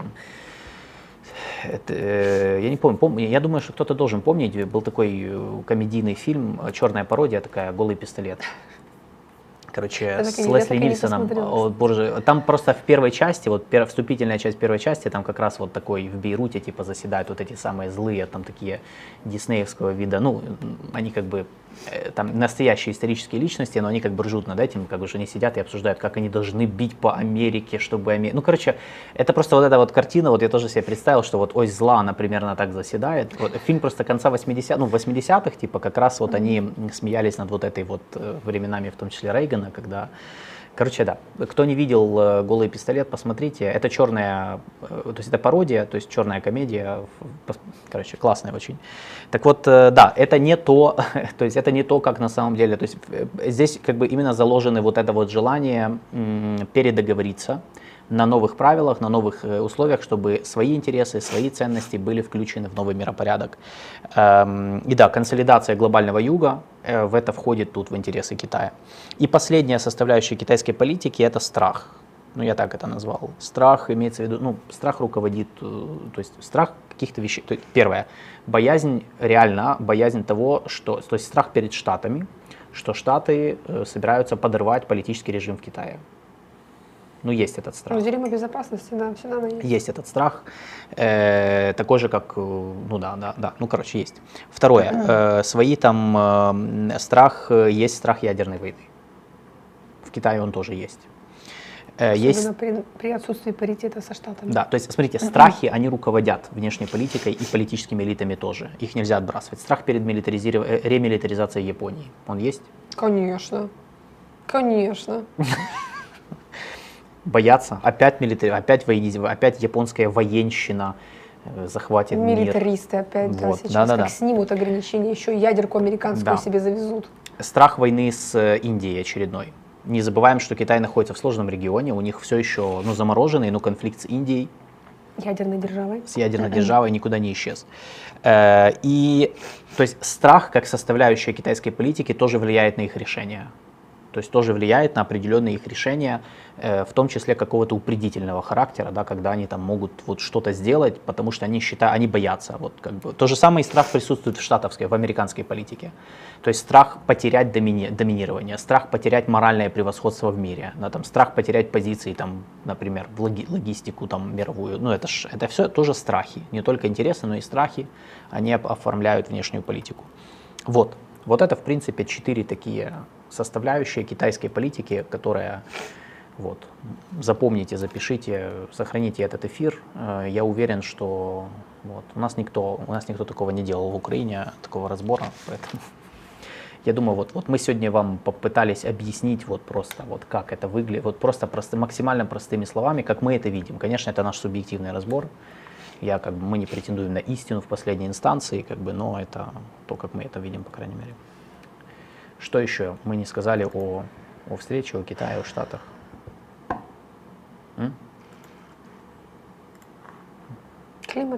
я не помню, я думаю, что кто-то должен помнить, был такой комедийный фильм, черная пародия такая, «Голый пистолет». Короче, с Лесли Нильсоном, боже, там просто в первой части, вот вступительная часть первой части, там как раз вот такой в Бейруте типа заседают вот эти самые злые, там такие диснеевского вида, они как бы там настоящие исторические личности, но они как бы ржут над этим, как бы же они сидят и обсуждают, как они должны бить по Америке, чтобы Америка... это просто вот эта вот картина, вот я тоже себе представил, что вот ось зла, она примерно так заседает. Вот, фильм просто конца 80-х, 80-х, типа как раз вот они смеялись над вот этой вот временами, в том числе Рейгана, когда... Короче, да, кто не видел «Голый пистолет», посмотрите, это черная, то есть это пародия, то есть черная комедия, короче, классная очень. Так вот, да, это не то, то есть это не то, как на самом деле, то есть здесь как бы именно заложено вот это вот желание передоговориться на новых правилах, на новых условиях, чтобы свои интересы, свои ценности были включены в новый миропорядок. И да, консолидация глобального юга, в это входит тут в интересы Китая. И последняя составляющая китайской политики – это страх. Я так это назвал. Страх имеется в виду, страх руководит, то есть страх каких-то вещей. То есть, первое, боязнь того, что, то есть страх перед Штатами, что Штаты собираются подорвать политический режим в Китае. Ну, есть этот страх. Ну, дилемма безопасности, да, всегда она есть. Есть этот страх, такой же, как, ну да, ну, короче, есть. Второе, свои там страх, есть страх ядерной войны. В Китае он тоже есть. Особенно при отсутствии паритета со Штатами. Да, то есть, смотрите, страхи, они руководят внешней политикой и политическими элитами тоже. Их нельзя отбрасывать. Страх перед ремилитаризацией Японии, он есть? Конечно, конечно. Боятся, опять японская военщина захватит мир. Милитаристы опять, да, Вот, сейчас да. как снимут ограничения, еще и ядерку американскую себе завезут. Страх войны с Индией очередной. Не забываем, что Китай находится в сложном регионе, у них все еще замороженный, но конфликт с Индией, Ядерной державой. с ядерной державой никуда не исчез. И то есть страх как составляющая китайской политики тоже влияет на их решения. То есть тоже влияет на определенные их решения, в том числе какого-то упредительного характера, да, когда они там могут вот что-то сделать, потому что они боятся. Вот, как бы. То же самое и страх присутствует в американской политике. То есть страх потерять доминирование, страх потерять моральное превосходство в мире, да, там, страх потерять позиции, там, например, в логистику там, мировую. Ну, это все тоже страхи, не только интересы, но и страхи, они оформляют внешнюю политику. Вот это, в принципе, 4 такие составляющие китайской политики, которые, вот, запомните, запишите, сохраните этот эфир. Я уверен, что вот, у нас никто такого не делал в Украине, такого разбора, поэтому я думаю, вот мы сегодня вам попытались объяснить вот просто, вот как это выглядит, вот просто максимально простыми словами, как мы это видим. Конечно, это наш субъективный разбор. Мы не претендуем на истину в последней инстанции, но это то, как мы это видим, по крайней мере. Что еще мы не сказали о встрече, о Китае, о Штатах? Климат.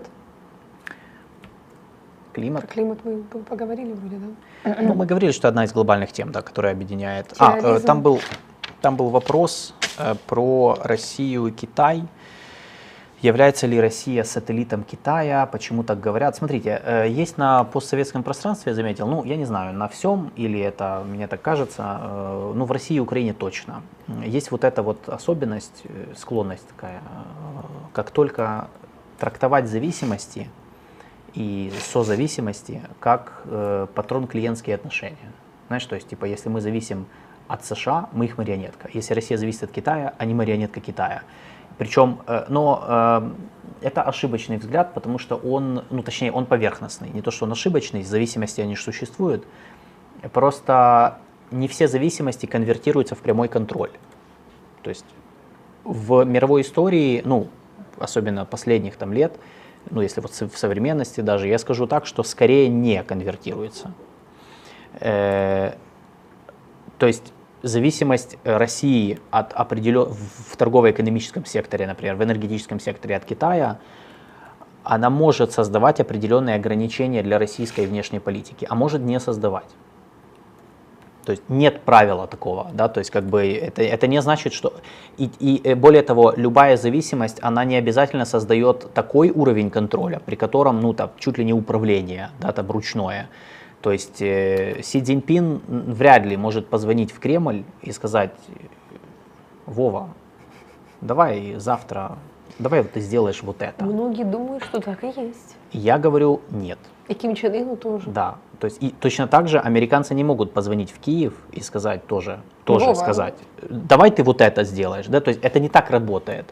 Климат? Про климат мы поговорили вроде, да? Ну, мы говорили, что одна из глобальных тем, да, которая объединяет. Там был вопрос про Россию и Китай. Является ли Россия сателлитом Китая? Почему так говорят? Смотрите, есть на постсоветском пространстве, я заметил, ну, я не знаю, на всем, или это мне так кажется, в России и Украине точно. Есть вот эта вот особенность, склонность такая, как только трактовать зависимости и созависимости как патрон-клиентские отношения. Знаешь, то есть, типа, если мы зависим от США, мы их марионетка. Если Россия зависит от Китая, они марионетка Китая. Причем, это ошибочный взгляд, потому что он поверхностный. Не то, что он ошибочный, зависимости они же существуют. Просто не все зависимости конвертируются в прямой контроль. То есть в мировой истории, особенно последних лет, если вот в современности даже, я скажу так, что скорее не конвертируется. То есть зависимость России в торгово-экономическом секторе, например, в энергетическом секторе от Китая, она может создавать определенные ограничения для российской внешней политики, а может не создавать. То есть нет правила такого, да, то есть это не значит, что... И более того, любая зависимость, она не обязательно создает такой уровень контроля, при котором, чуть ли не управление, да, там ручное. То есть Си Цзиньпин вряд ли может позвонить в Кремль и сказать: Вова, давай завтра, давай ты сделаешь вот это. Многие думают, что так и есть. Я говорю нет. И Ким Чен Ыну тоже. Да, то есть и точно так же американцы не могут позвонить в Киев и сказать тоже сказать: давай ты вот это сделаешь. Да? То есть это не так работает.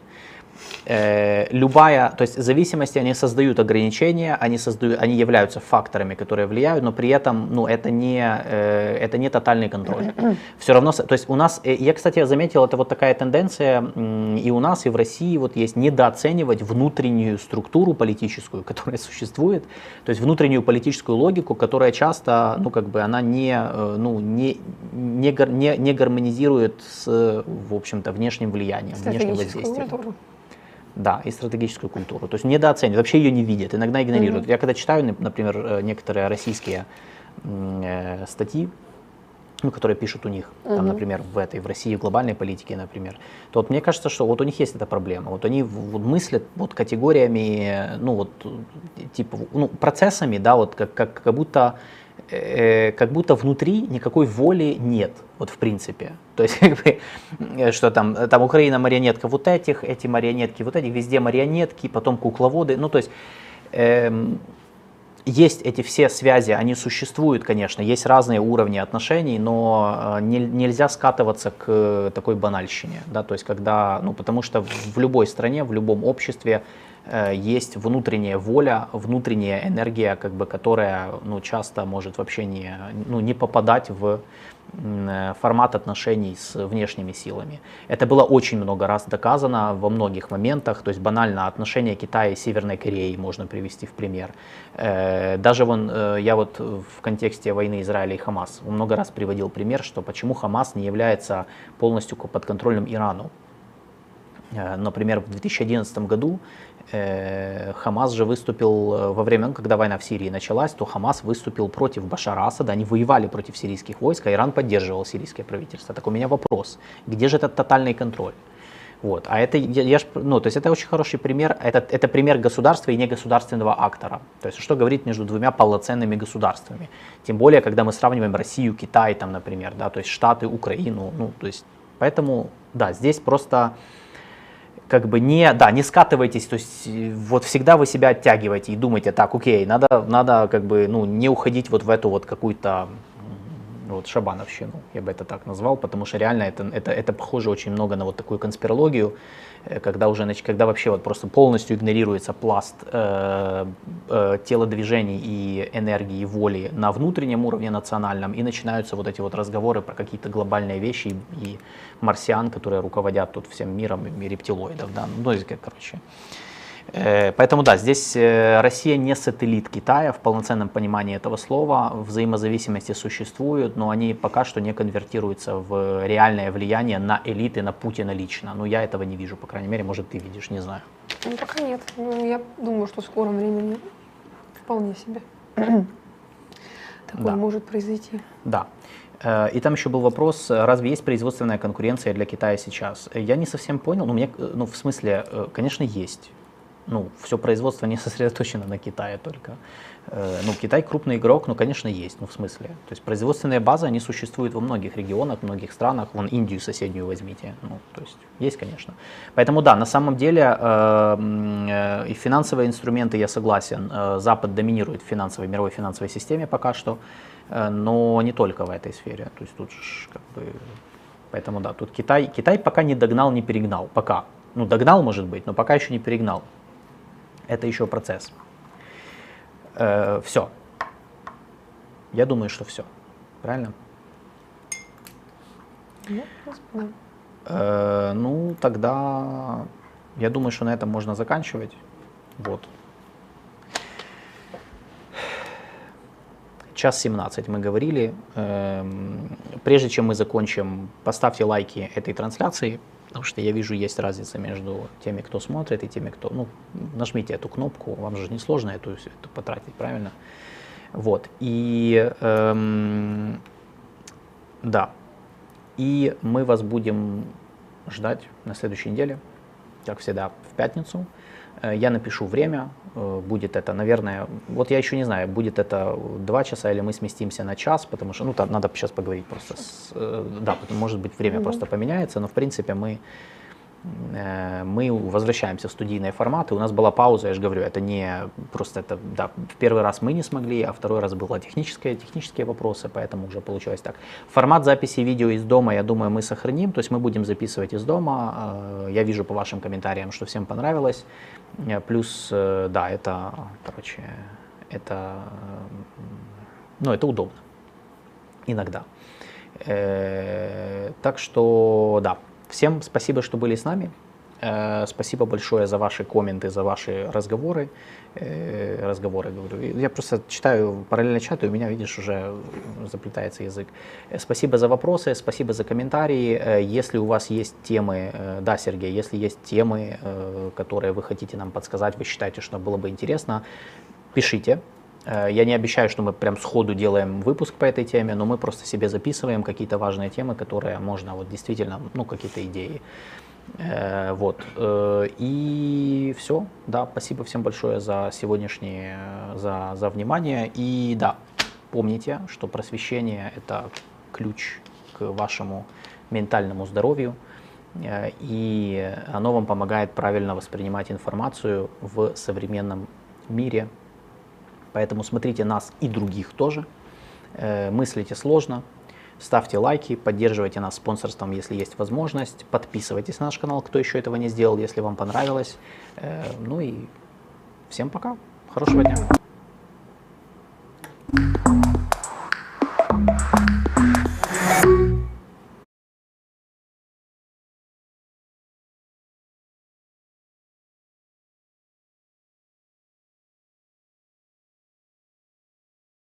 То есть зависимости, они создают ограничения, они являются факторами, которые влияют, но при этом, это не тотальный контроль. Все равно, то есть у нас, я, кстати, заметил, это вот такая тенденция и у нас, и в России вот есть недооценивать внутреннюю структуру политическую, которая существует, то есть внутреннюю политическую логику, которая часто, она не гармонизирует с, в общем-то, внешним влиянием, внешним воздействием. Да, и стратегическую культуру. То есть недооценивают, вообще ее не видят, иногда игнорируют. Я когда читаю, например, некоторые российские статьи, которые пишут у них, там, например, в России, в глобальной политике, например, то вот мне кажется, что вот у них есть эта проблема. Вот они мыслят вот категориями, процессами, да, вот как будто как будто внутри никакой воли нет, вот в принципе. То есть, как бы, что там Украина марионетка вот этих, эти марионетки вот этих, везде марионетки, потом кукловоды. Ну, то есть, есть эти все связи, они существуют, конечно, есть разные уровни отношений, но нельзя скатываться к такой банальщине, да, то есть когда, ну, потому что в любой стране, в любом обществе есть внутренняя воля, внутренняя энергия, как бы, которая, ну, часто может вообще не попадать в формат отношений с внешними силами. Это было очень много раз доказано во многих моментах, то есть банально отношения Китая и Северной Кореи можно привести в пример. Даже я вот в контексте войны Израиля и Хамас много раз приводил пример, что почему Хамас не является полностью подконтрольным Ирану. Например, в 2011 году Хамас же выступил во время, когда война в Сирии началась, то Хамас выступил против Башара Асада, они воевали против сирийских войск, а Иран поддерживал сирийское правительство. Так у меня вопрос, где же этот тотальный контроль? Вот. А это, то есть это очень хороший пример, это пример государства и негосударственного актора. То есть что говорить между двумя полноценными государствами. Тем более, когда мы сравниваем Россию, Китай, там, например, да, то есть Штаты, Украину. Ну, то есть, поэтому, да, здесь просто как бы не скатывайтесь, то есть вот всегда вы себя оттягиваете и думаете, так, окей, надо как бы, ну, не уходить вот в эту вот какую-то вот шабановщину, я бы это так назвал, потому что реально это похоже очень много на вот такую конспирологию, когда вообще вот просто полностью игнорируется пласт телодвижений и энергии, и воли на внутреннем уровне национальном, и начинаются вот эти вот разговоры про какие-то глобальные вещи и марсиан, которые руководят тут всем миром, и рептилоидов, да, ну, короче. Поэтому да, здесь Россия не сателлит Китая в полноценном понимании этого слова, взаимозависимости существуют, но они пока что не конвертируются в реальное влияние на элиты, на Путина лично. Ну, я этого не вижу, по крайней мере, может, ты видишь, не знаю. Ну, пока нет. Ну, я думаю, что в скором времени вполне себе такое может произойти. Да. И там еще был вопрос, разве есть производственная конкуренция для Китая сейчас? Я не совсем понял, в смысле, конечно, есть. Ну, все производство не сосредоточено на Китае только. Ну, Китай крупный игрок, ну, конечно, есть, ну, в смысле. То есть производственные базы, они существуют во многих регионах, в многих странах. Вон Индию соседнюю возьмите. Ну, то есть, конечно. Поэтому, да, на самом деле, и финансовые инструменты, я согласен, Запад доминирует в мировой финансовой системе пока что, но не только в этой сфере. То есть тут как бы... Поэтому, да, тут Китай пока не догнал, не перегнал. Пока. Ну, догнал, может быть, но пока еще не перегнал. Это еще процесс. Все. Я думаю, что все. Правильно? Ну, тогда я думаю, что на этом можно заканчивать. Вот. 1:17 мы говорили. Прежде чем мы закончим, поставьте лайки этой трансляции. Потому что я вижу, есть разница между теми, кто смотрит, и теми, кто... Ну, нажмите эту кнопку, вам же не сложно эту потратить, правильно? Вот, и... да. И мы вас будем ждать на следующей неделе, как всегда, в пятницу. Я напишу время, будет это, наверное, вот я еще не знаю, будет это 2 часа или мы сместимся на час, потому что, ну, там надо сейчас поговорить просто да, может быть, время просто поменяется, но в принципе мы возвращаемся в студийные форматы. У нас была пауза, я же говорю, это не просто это, да, в первый раз мы не смогли, а второй раз было технические вопросы, поэтому уже получилось так. Формат записи видео из дома, я думаю, мы сохраним, то есть мы будем записывать из дома. Я вижу по вашим комментариям, что всем понравилось. Плюс, да, это, короче, ну, это удобно иногда. Так что, да. Всем спасибо, что были с нами. Спасибо большое за ваши комменты, за ваши разговоры. Говорю. Я просто читаю, параллельно чатаю, у меня, видишь, уже заплетается язык. Спасибо за вопросы, спасибо за комментарии. Если у вас есть темы, да, Сергей, если есть темы, которые вы хотите нам подсказать, вы считаете, что было бы интересно, пишите. Я не обещаю, что мы прям сходу делаем выпуск по этой теме, но мы просто себе записываем какие-то важные темы, которые можно вот действительно, ну, какие-то идеи. Вот. И все. Да, спасибо всем большое за сегодняшнее, за внимание. И да, помните, что просвещение – это ключ к вашему ментальному здоровью, и оно вам помогает правильно воспринимать информацию в современном мире. Поэтому смотрите нас и других тоже, мыслите сложно, ставьте лайки, поддерживайте нас спонсорством, если есть возможность, подписывайтесь на наш канал, кто еще этого не сделал, если вам понравилось. Ну и всем пока, хорошего дня.